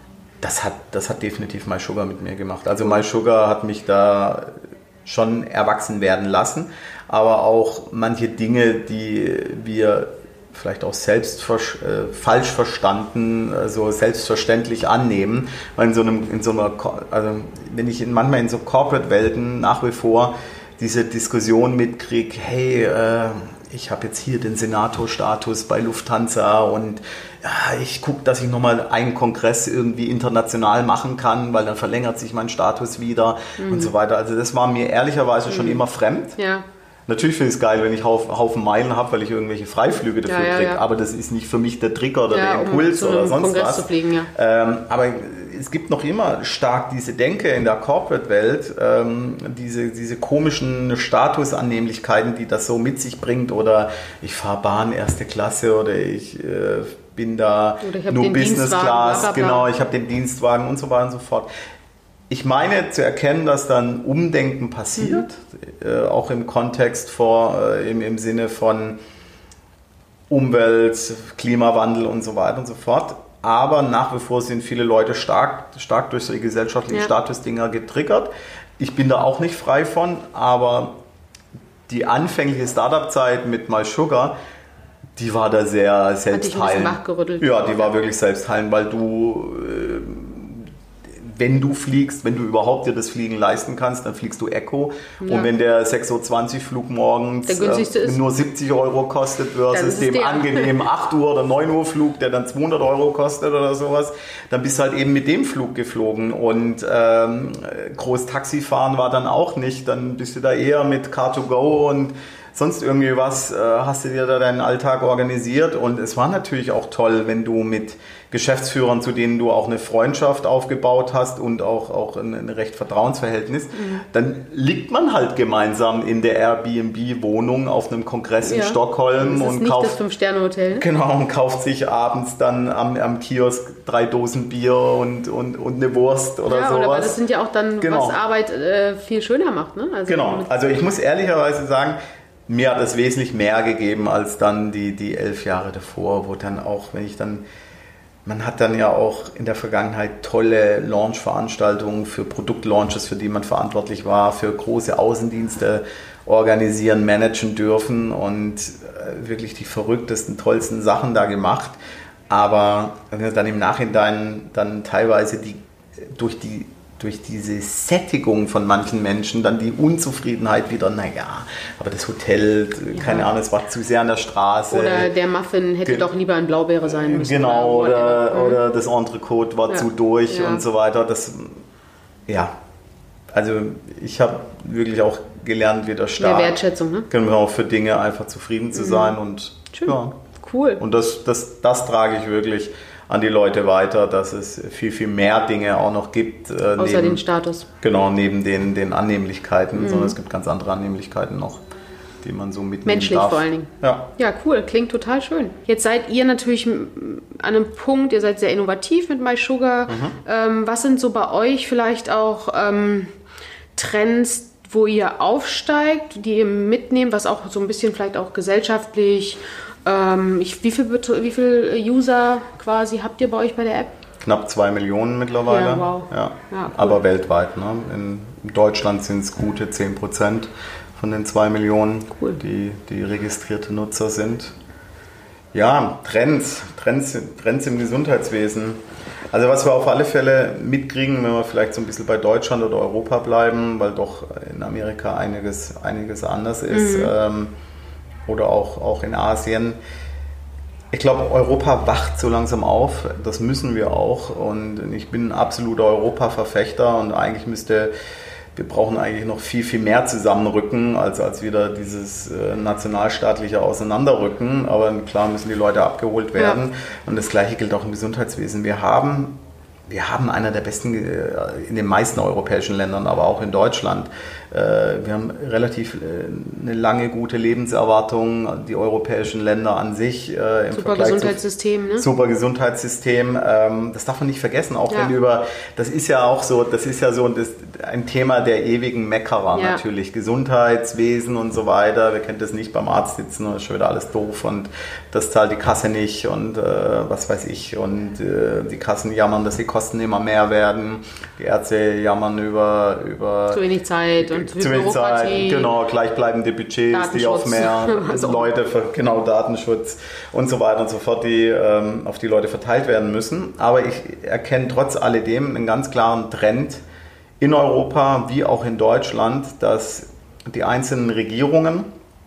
das hat, das hat definitiv MySugar mit mir gemacht. Also MySugar hat mich da schon erwachsen werden lassen, aber auch manche Dinge, die wir vielleicht auch selbst äh, falsch verstanden, also selbstverständlich annehmen. Weil in so einem, in so einer, also wenn ich in, manchmal in so Corporate-Welten nach wie vor diese Diskussion mitkriege, hey, äh, ich habe jetzt hier den Senator-Status bei Lufthansa und ja, ich gucke, dass ich nochmal einen Kongress irgendwie international machen kann, weil dann verlängert sich mein Status wieder mhm. und so weiter. Also das war mir ehrlicherweise mhm. schon immer fremd. Ja. Natürlich finde ich es geil, wenn ich Haufen, Haufen Meilen habe, weil ich irgendwelche Freiflüge dafür ja, ja, kriege, ja. aber das ist nicht für mich der Trigger oder ja, der Impuls um oder sonst Kongress was. Zu fliegen, ja. ähm, aber es gibt noch immer stark diese Denke in der Corporate-Welt, ähm, diese, diese komischen Statusannehmlichkeiten, die das so mit sich bringt, oder ich fahre Bahn erste Klasse oder ich äh, bin da nur Business Class, bla bla bla. Genau, ich habe den Dienstwagen und so weiter und so fort. Ich meine zu erkennen, dass dann Umdenken passiert, mhm. äh, auch im Kontext vor, äh, im, im Sinne von Umwelt, Klimawandel und so weiter und so fort. Aber nach wie vor sind viele Leute stark, stark durch solche gesellschaftlichen ja. Statusdinger getriggert. Ich bin da auch nicht frei von, aber die anfängliche Startup-Zeit mit MySugar, die war da sehr selbstheilend. Ja, die war wirklich selbstheilend, weil du... Äh, wenn du fliegst, wenn du überhaupt dir das Fliegen leisten kannst, dann fliegst du Echo. Ja. Und wenn der sechs Uhr zwanzig Flug morgens äh, nur siebzig Euro kostet versus dem angenehmen acht Uhr oder neun Uhr Flug, der dann zweihundert Euro kostet oder sowas, dann bist du halt eben mit dem Flug geflogen. Und ähm, groß Taxifahren war dann auch nicht. Dann bist du da eher mit Car to Go und sonst irgendwie was, äh, hast du dir da deinen Alltag organisiert. Und es war natürlich auch toll, wenn du mit Geschäftsführern, zu denen du auch eine Freundschaft aufgebaut hast und auch, auch ein, ein recht Vertrauensverhältnis, mhm. dann liegt man halt gemeinsam in der Airbnb-Wohnung auf einem Kongress ja. in Stockholm. Das ist und nicht kauft, das Fünf-Sterne-Hotel. Genau, und kauft sich abends dann am, am Kiosk drei Dosen Bier und, und, und eine Wurst oder ja, sowas. Aber das sind ja auch dann, genau. was Arbeit äh, viel schöner macht. Ne? Also genau, also ich muss ehrlicherweise sagen, mir hat es wesentlich mehr gegeben als dann die, die elf Jahre davor, wo dann auch, wenn ich dann, man hat dann ja auch in der Vergangenheit tolle Launch-Veranstaltungen für Produktlaunches, für die man verantwortlich war, für große Außendienste organisieren, managen dürfen und wirklich die verrücktesten, tollsten Sachen da gemacht. Aber dann im Nachhinein dann teilweise die, durch, die, durch diese Sättigung von manchen Menschen dann die Unzufriedenheit wieder, naja, aber das Hotel, ja. keine Ahnung, es war zu sehr an der Straße. Oder der Muffin hätte Ge- doch lieber ein Blaubeere sein müssen. Genau, oder, oder, oder das Entrecote war ja. zu durch ja. und so weiter. Das, ja, also ich habe wirklich auch gelernt, wieder stark. Mehr Wertschätzung, ne? Genau, für Dinge einfach zufrieden zu sein. Mhm. Und schön. Ja. Cool. Und das, das, das trage ich wirklich an die Leute weiter, dass es viel, viel mehr Dinge auch noch gibt. Äh, Außer neben, den Status. Genau, neben den, den Annehmlichkeiten, mhm. sondern es gibt ganz andere Annehmlichkeiten noch, die man so mitnehmen Menschlich darf. vor allen Dingen. Ja. Ja, cool. Klingt total schön. Jetzt seid ihr natürlich an einem Punkt, ihr seid sehr innovativ mit MySugar. Mhm. Ähm, was sind so bei euch vielleicht auch ähm, Trends, wo ihr aufsteigt, die ihr mitnehmt, was auch so ein bisschen vielleicht auch gesellschaftlich, ähm, ich, wie viel, wie viel User quasi habt ihr bei euch bei der App? Knapp zwei Millionen mittlerweile. Ja, wow. Ja. Ja, cool. Aber weltweit. Ne? In Deutschland sind es gute zehn Prozent von den zwei Millionen, cool. die, die registrierte Nutzer sind. Ja, Trends, Trends, Trends im Gesundheitswesen. Also was wir auf alle Fälle mitkriegen, wenn wir vielleicht so ein bisschen bei Deutschland oder Europa bleiben, weil doch in Amerika einiges, einiges anders ist, mhm. ähm, oder auch, auch in Asien. Ich glaube, Europa wacht so langsam auf, das müssen wir auch, und ich bin ein absoluter Europa-Verfechter und eigentlich müsste, wir brauchen eigentlich noch viel, viel mehr zusammenrücken, als, als wieder dieses äh, nationalstaatliche Auseinanderrücken, aber klar müssen die Leute abgeholt werden, ja. Und das Gleiche gilt auch im Gesundheitswesen. Wir haben, wir haben einer der besten, äh, in den meisten europäischen Ländern, aber auch in Deutschland, wir haben relativ eine lange, gute Lebenserwartung, die europäischen Länder an sich. Äh, im super Vergleich Gesundheitssystem, zu, ne? Super Gesundheitssystem. Ähm, das darf man nicht vergessen, auch ja. wenn über, das ist ja auch so, das ist ja so das, ein Thema der ewigen Meckerer ja. natürlich. Gesundheitswesen und so weiter. Wir kennen das nicht beim Arzt sitzen und das ist schon wieder alles doof und das zahlt die Kasse nicht und äh, was weiß ich. Und äh, die Kassen jammern, dass die Kosten immer mehr werden. Die Ärzte jammern über, über zu wenig Zeit und zu wenig Zeit, genau, gleichbleibende Budgets, die auf mehr also. Leute, für, genau, Datenschutz und so weiter und so fort, die ähm, auf die Leute verteilt werden müssen. Aber ich erkenne trotz alledem einen ganz klaren Trend in Europa wie auch in Deutschland, dass die einzelnen Regierungen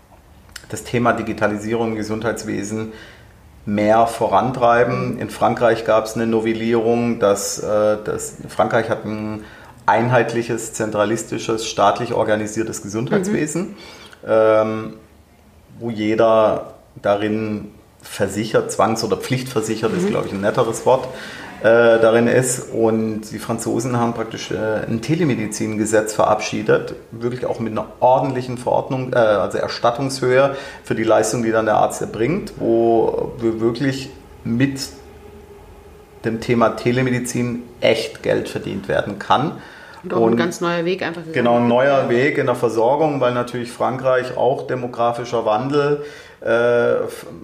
das Thema Digitalisierung im Gesundheitswesen mehr vorantreiben. In Frankreich gab es eine Novellierung, dass, äh, dass Frankreich hat ein einheitliches, zentralistisches, staatlich organisiertes Gesundheitswesen, mhm. ähm, wo jeder darin versichert, zwangs- oder pflichtversichert, mhm. ist glaube ich ein netteres Wort, äh, darin ist. Und die Franzosen haben praktisch äh, ein Telemedizingesetz verabschiedet, wirklich auch mit einer ordentlichen Verordnung, äh, also Erstattungshöhe für die Leistung, die dann der Arzt erbringt, wo wir wirklich mit dem Thema Telemedizin echt Geld verdient werden kann. Und auch und ein ganz neuer Weg einfach. Genau, ein neuer Weg in der Versorgung, weil natürlich Frankreich auch demografischer Wandel, äh,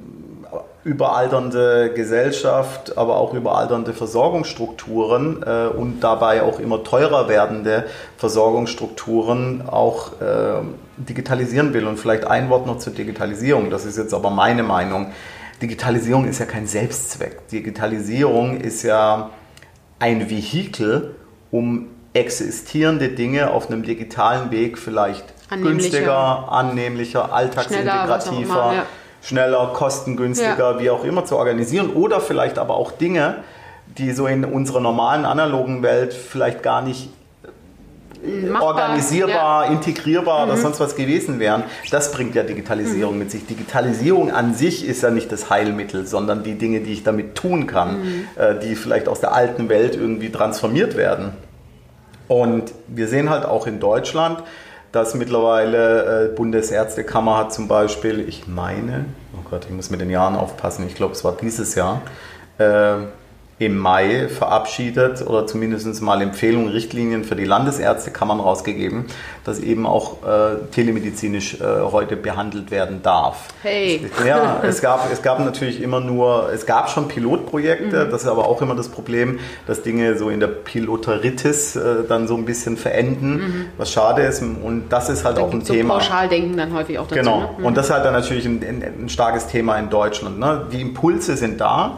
überalternde Gesellschaft, aber auch überalternde Versorgungsstrukturen äh, und dabei auch immer teurer werdende Versorgungsstrukturen auch äh, digitalisieren will. Und vielleicht ein Wort noch zur Digitalisierung, das ist jetzt aber meine Meinung. Digitalisierung ist ja kein Selbstzweck. Digitalisierung ist ja ein Vehikel, um existierende Dinge auf einem digitalen Weg vielleicht annehmlicher. günstiger, annehmlicher, alltagsintegrativer, schneller, ja. schneller, kostengünstiger, ja. wie auch immer zu organisieren. Oder vielleicht aber auch Dinge, die so in unserer normalen analogen Welt vielleicht gar nicht machbar, organisierbar, ja. integrierbar mhm. oder sonst was gewesen wären. Das bringt ja Digitalisierung mhm. mit sich. Digitalisierung an sich ist ja nicht das Heilmittel, sondern die Dinge, die ich damit tun kann, mhm. äh, die vielleicht aus der alten Welt irgendwie transformiert werden. Und wir sehen halt auch in Deutschland, dass mittlerweile äh, Bundesärztekammer hat zum Beispiel, ich meine, oh Gott, ich muss mit den Jahren aufpassen, ich glaube es war dieses Jahr, äh, im Mai verabschiedet oder zumindest mal Empfehlungen, Richtlinien für die Landesärztekammern rausgegeben, dass eben auch äh, telemedizinisch äh, heute behandelt werden darf. Hey! Ja, es gab, es gab natürlich immer nur, es gab schon Pilotprojekte, mhm. das ist aber auch immer das Problem, dass Dinge so in der Piloteritis äh, dann so ein bisschen verenden, mhm. was schade ist, und das ist halt dann auch ein so Thema. Pauschaldenken dann häufig auch dazu. Genau, ne? mhm. und das ist halt dann natürlich ein, ein, ein starkes Thema in Deutschland. Ne? Die Impulse sind da.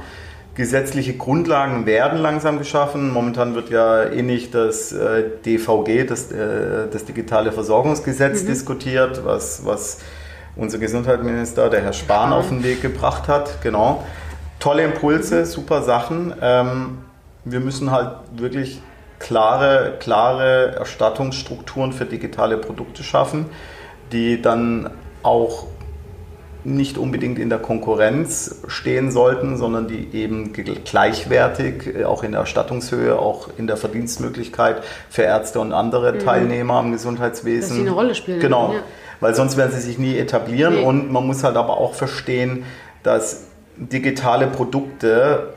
Gesetzliche Grundlagen werden langsam geschaffen. Momentan wird ja eh nicht das äh, D V G, das, äh, das digitale Versorgungsgesetz, mhm. diskutiert, was, was unser Gesundheitsminister, der Herr Spahn, auf den Weg gebracht hat. Genau. Tolle Impulse, mhm. super Sachen. Ähm, wir müssen halt wirklich klare, klare Erstattungsstrukturen für digitale Produkte schaffen, die dann auch nicht unbedingt in der Konkurrenz stehen sollten, sondern die eben gleichwertig, auch in der Erstattungshöhe, auch in der Verdienstmöglichkeit für Ärzte und andere mhm. Teilnehmer am Gesundheitswesen. Dass sie eine Rolle spielen. Genau, ja. weil sonst werden sie sich nie etablieren nee. Und man muss halt aber auch verstehen, dass digitale Produkte,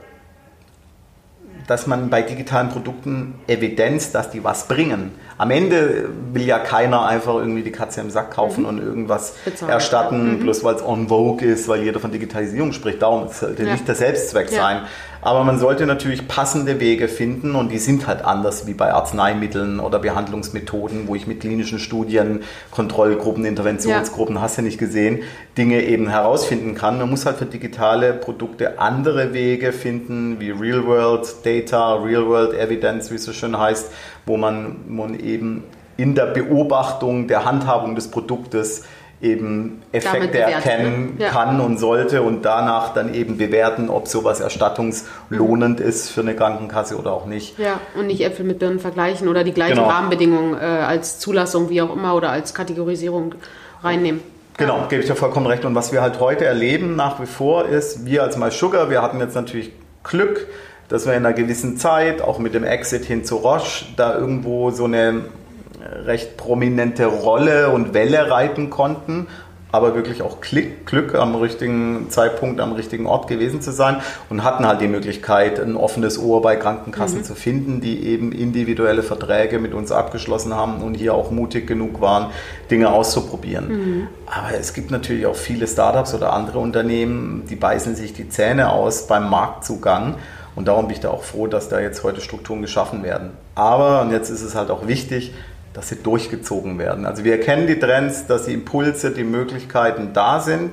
dass man bei digitalen Produkten Evidenz, dass die was bringen. Am Ende will ja keiner einfach irgendwie die Katze im Sack kaufen mhm. und irgendwas Bezahlen. erstatten, mhm. bloß weil es en vogue ist, weil jeder von Digitalisierung spricht. Darum sollte ja. nicht der Selbstzweck ja. sein. Aber man sollte natürlich passende Wege finden und die sind halt anders wie bei Arzneimitteln oder Behandlungsmethoden, wo ich mit klinischen Studien, Kontrollgruppen, Interventionsgruppen, ja. hast du nicht gesehen, Dinge eben herausfinden kann. Man muss halt für digitale Produkte andere Wege finden, wie Real-World-Data, Real-World-Evidence, wie es so schön heißt, wo man, man eben in der Beobachtung der Handhabung des Produktes eben Effekte erkennen ja. kann und sollte und danach dann eben bewerten, ob sowas erstattungslohnend mhm. ist für eine Krankenkasse oder auch nicht. Ja, und nicht Äpfel mit Birnen vergleichen oder die gleichen genau. Rahmenbedingungen äh, als Zulassung, wie auch immer, oder als Kategorisierung reinnehmen. Genau, ja. gebe ich dir vollkommen recht. Und was wir halt heute erleben nach wie vor ist, wir als MySugar, wir hatten jetzt natürlich Glück, dass wir in einer gewissen Zeit, auch mit dem Exit hin zu Roche, da irgendwo so eine recht prominente Rolle und Welle reiten konnten, aber wirklich auch Glück, am richtigen Zeitpunkt, am richtigen Ort gewesen zu sein und hatten halt die Möglichkeit, ein offenes Ohr bei Krankenkassen mhm. zu finden, die eben individuelle Verträge mit uns abgeschlossen haben und hier auch mutig genug waren, Dinge auszuprobieren. Mhm. Aber es gibt natürlich auch viele Startups oder andere Unternehmen, die beißen sich die Zähne aus beim Marktzugang. Und darum bin ich da auch froh, dass da jetzt heute Strukturen geschaffen werden. Aber, und jetzt ist es halt auch wichtig, dass sie durchgezogen werden. Also wir erkennen die Trends, dass die Impulse, die Möglichkeiten da sind.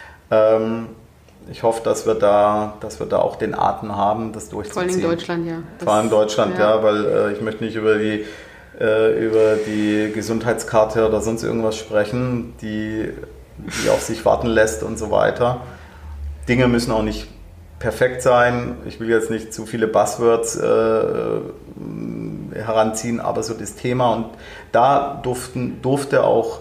Ähm, ich hoffe, dass wir, da, dass wir da auch den Atem haben, das durchzuziehen. Vor allem in Deutschland, ja. Das, Vor allem in Deutschland, ja, ja weil äh, ich möchte nicht über die, äh, über die Gesundheitskarte oder sonst irgendwas sprechen, die, die auf sich warten lässt und so weiter. Dinge müssen auch nicht perfekt sein. Ich will jetzt nicht zu viele Buzzwords äh, heranziehen, aber so das Thema. Und da durften, durfte auch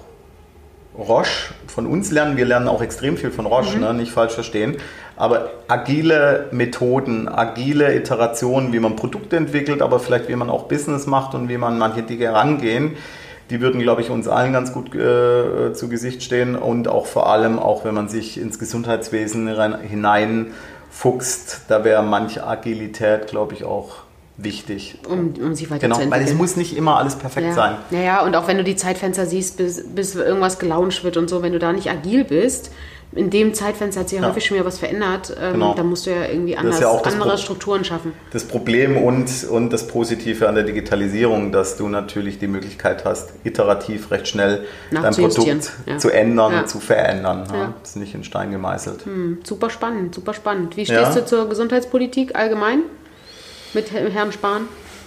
Roche von uns lernen. Wir lernen auch extrem viel von Roche, mhm. ne? Nicht falsch verstehen. Aber agile Methoden, agile Iterationen, wie man Produkte entwickelt, aber vielleicht wie man auch Business macht und wie man manche Dinge herangehen, die würden, glaube ich, uns allen ganz gut äh, zu Gesicht stehen. Und auch vor allem, auch wenn man sich ins Gesundheitswesen rein, hineinfuchst, da wäre manche Agilität, glaube ich, auch wichtig. Um, um sich weiterzuentwickeln. Genau, weil es muss nicht immer alles perfekt ja. sein. Naja, und auch wenn du die Zeitfenster siehst, bis, bis irgendwas gelauncht wird und so, wenn du da nicht agil bist, in dem Zeitfenster hat sich ja häufig schon wieder was verändert, ähm, genau. da musst du ja irgendwie anders, ja andere Pro- Strukturen schaffen. Das Problem und, und das Positive an der Digitalisierung, dass du natürlich die Möglichkeit hast, iterativ recht schnell dein Produkt ja. zu ändern, ja. zu verändern. Ja. Ja. Das ist nicht in Stein gemeißelt. Hm, super spannend, super spannend. Wie stehst ja. du zur Gesundheitspolitik allgemein mit Herrn Spahn?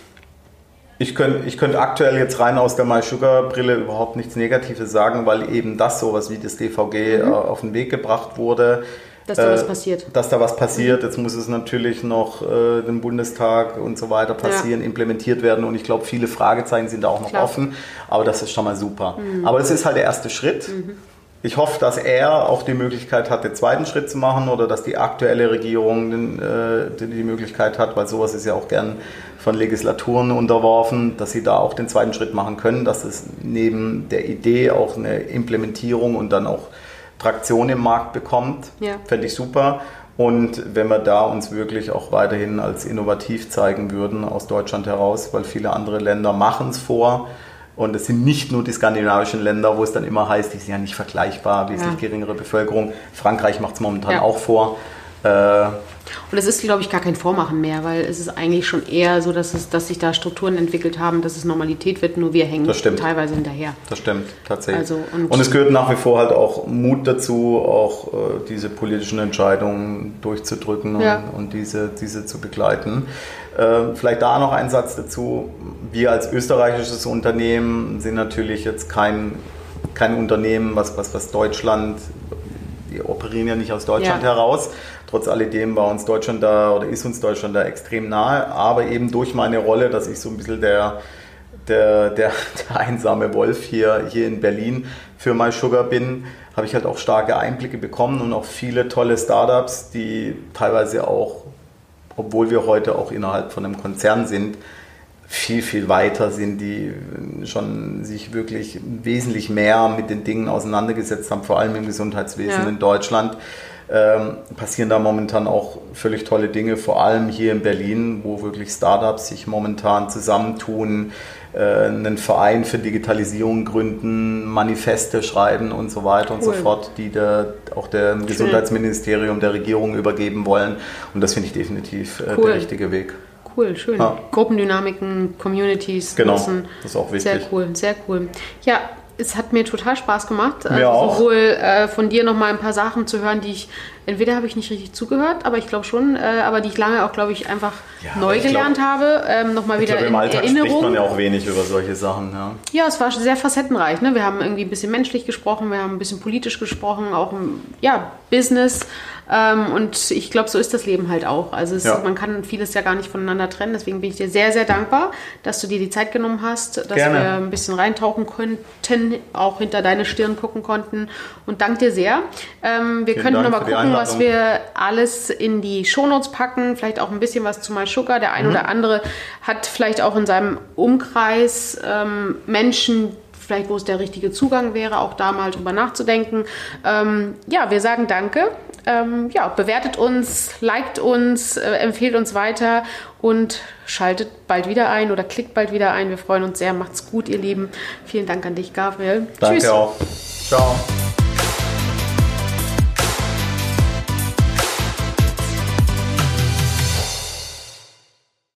Ich könnte ich könnt aktuell jetzt rein aus der MySugar-Brille überhaupt nichts Negatives sagen, weil eben das sowas wie das D V G mhm. äh, auf den Weg gebracht wurde. Dass da äh, was passiert. Dass da was passiert. Mhm. Jetzt muss es natürlich noch äh, den Bundestag und so weiter passieren, ja. implementiert werden. Und ich glaube, viele Fragezeichen sind da auch noch Klar. offen. Aber das ist schon mal super. Mhm. Aber es ist halt der erste Schritt. Mhm. Ich hoffe, dass er auch die Möglichkeit hat, den zweiten Schritt zu machen oder dass die aktuelle Regierung den, äh, die, die Möglichkeit hat, weil sowas ist ja auch gern von Legislaturen unterworfen, dass sie da auch den zweiten Schritt machen können, dass es neben der Idee auch eine Implementierung und dann auch Traktion im Markt bekommt. Ja. Fände ich super. Und wenn wir da uns wirklich auch weiterhin als innovativ zeigen würden aus Deutschland heraus, weil viele andere Länder machen es vor. Und es sind nicht nur die skandinavischen Länder, wo es dann immer heißt, die sind ja nicht vergleichbar, wesentlich ja. geringere Bevölkerung. Frankreich macht es momentan ja. auch vor. Äh, Und es ist, glaube ich, gar kein Vormachen mehr, weil es ist eigentlich schon eher so, dass, es, dass sich da Strukturen entwickelt haben, dass es Normalität wird, nur wir hängen teilweise hinterher. Das stimmt, tatsächlich. Also, und, und es gehört nach wie vor halt auch Mut dazu, auch äh, diese politischen Entscheidungen durchzudrücken und, ja. und diese, diese zu begleiten. Äh, vielleicht da noch ein Satz dazu. Wir als österreichisches Unternehmen sind natürlich jetzt kein, kein Unternehmen, was, was, was Deutschland, wir operieren ja nicht aus Deutschland ja. heraus. Trotz alledem war uns Deutschland da oder ist uns Deutschland da extrem nahe, aber eben durch meine Rolle, dass ich so ein bisschen der, der, der, der einsame Wolf hier, hier in Berlin für MySugar bin, habe ich halt auch starke Einblicke bekommen und auch viele tolle Startups, die teilweise auch, obwohl wir heute auch innerhalb von einem Konzern sind, viel, viel weiter sind, die schon sich wirklich wesentlich mehr mit den Dingen auseinandergesetzt haben, vor allem im Gesundheitswesen ja. in Deutschland. Ähm, passieren da momentan auch völlig tolle Dinge, vor allem hier in Berlin, wo wirklich Startups sich momentan zusammentun, äh, einen Verein für Digitalisierung gründen, Manifeste schreiben und so weiter cool. und so fort, die der, auch dem Gesundheitsministerium der Regierung übergeben wollen. Und das finde ich definitiv äh, cool. der richtige Weg. Cool, schön. Ja. Gruppendynamiken, Communities. Genau, nutzen. Das ist auch wichtig. Sehr cool, sehr cool. Ja, es hat mir total Spaß gemacht, mir also auch. sowohl äh, von dir nochmal ein paar Sachen zu hören, die ich, entweder habe ich nicht richtig zugehört, aber ich glaube schon, äh, aber die ich lange auch, glaube ich, einfach ja, neu gelernt glaub, habe, ähm, nochmal wieder glaub, in Erinnerung. Im Alltag spricht man ja auch wenig über solche Sachen. Ja, ja es war sehr facettenreich. Ne? Wir haben irgendwie ein bisschen menschlich gesprochen, wir haben ein bisschen politisch gesprochen, auch im ja, Business. Ähm, und ich glaube, so ist das Leben halt auch. Also es, ja. man kann vieles ja gar nicht voneinander trennen. Deswegen bin ich dir sehr, sehr dankbar, dass du dir die Zeit genommen hast, dass Gerne. wir ein bisschen reintauchen konnten, auch hinter deine Stirn gucken konnten. Und danke dir sehr. Ähm, wir Vielen können nochmal gucken, was wir alles in die Shownotes packen. Vielleicht auch ein bisschen was zu MySugar. Der ein mhm. oder andere hat vielleicht auch in seinem Umkreis ähm, Menschen, vielleicht wo es der richtige Zugang wäre, auch da mal drüber nachzudenken. Ähm, ja, wir sagen danke. Ähm, ja, bewertet uns, liked uns, äh, empfehlt uns weiter und schaltet bald wieder ein oder klickt bald wieder ein. Wir freuen uns sehr. Macht's gut, ihr Lieben. Vielen Dank an dich, Gabriel. Danke Tschüss. auch. Ciao.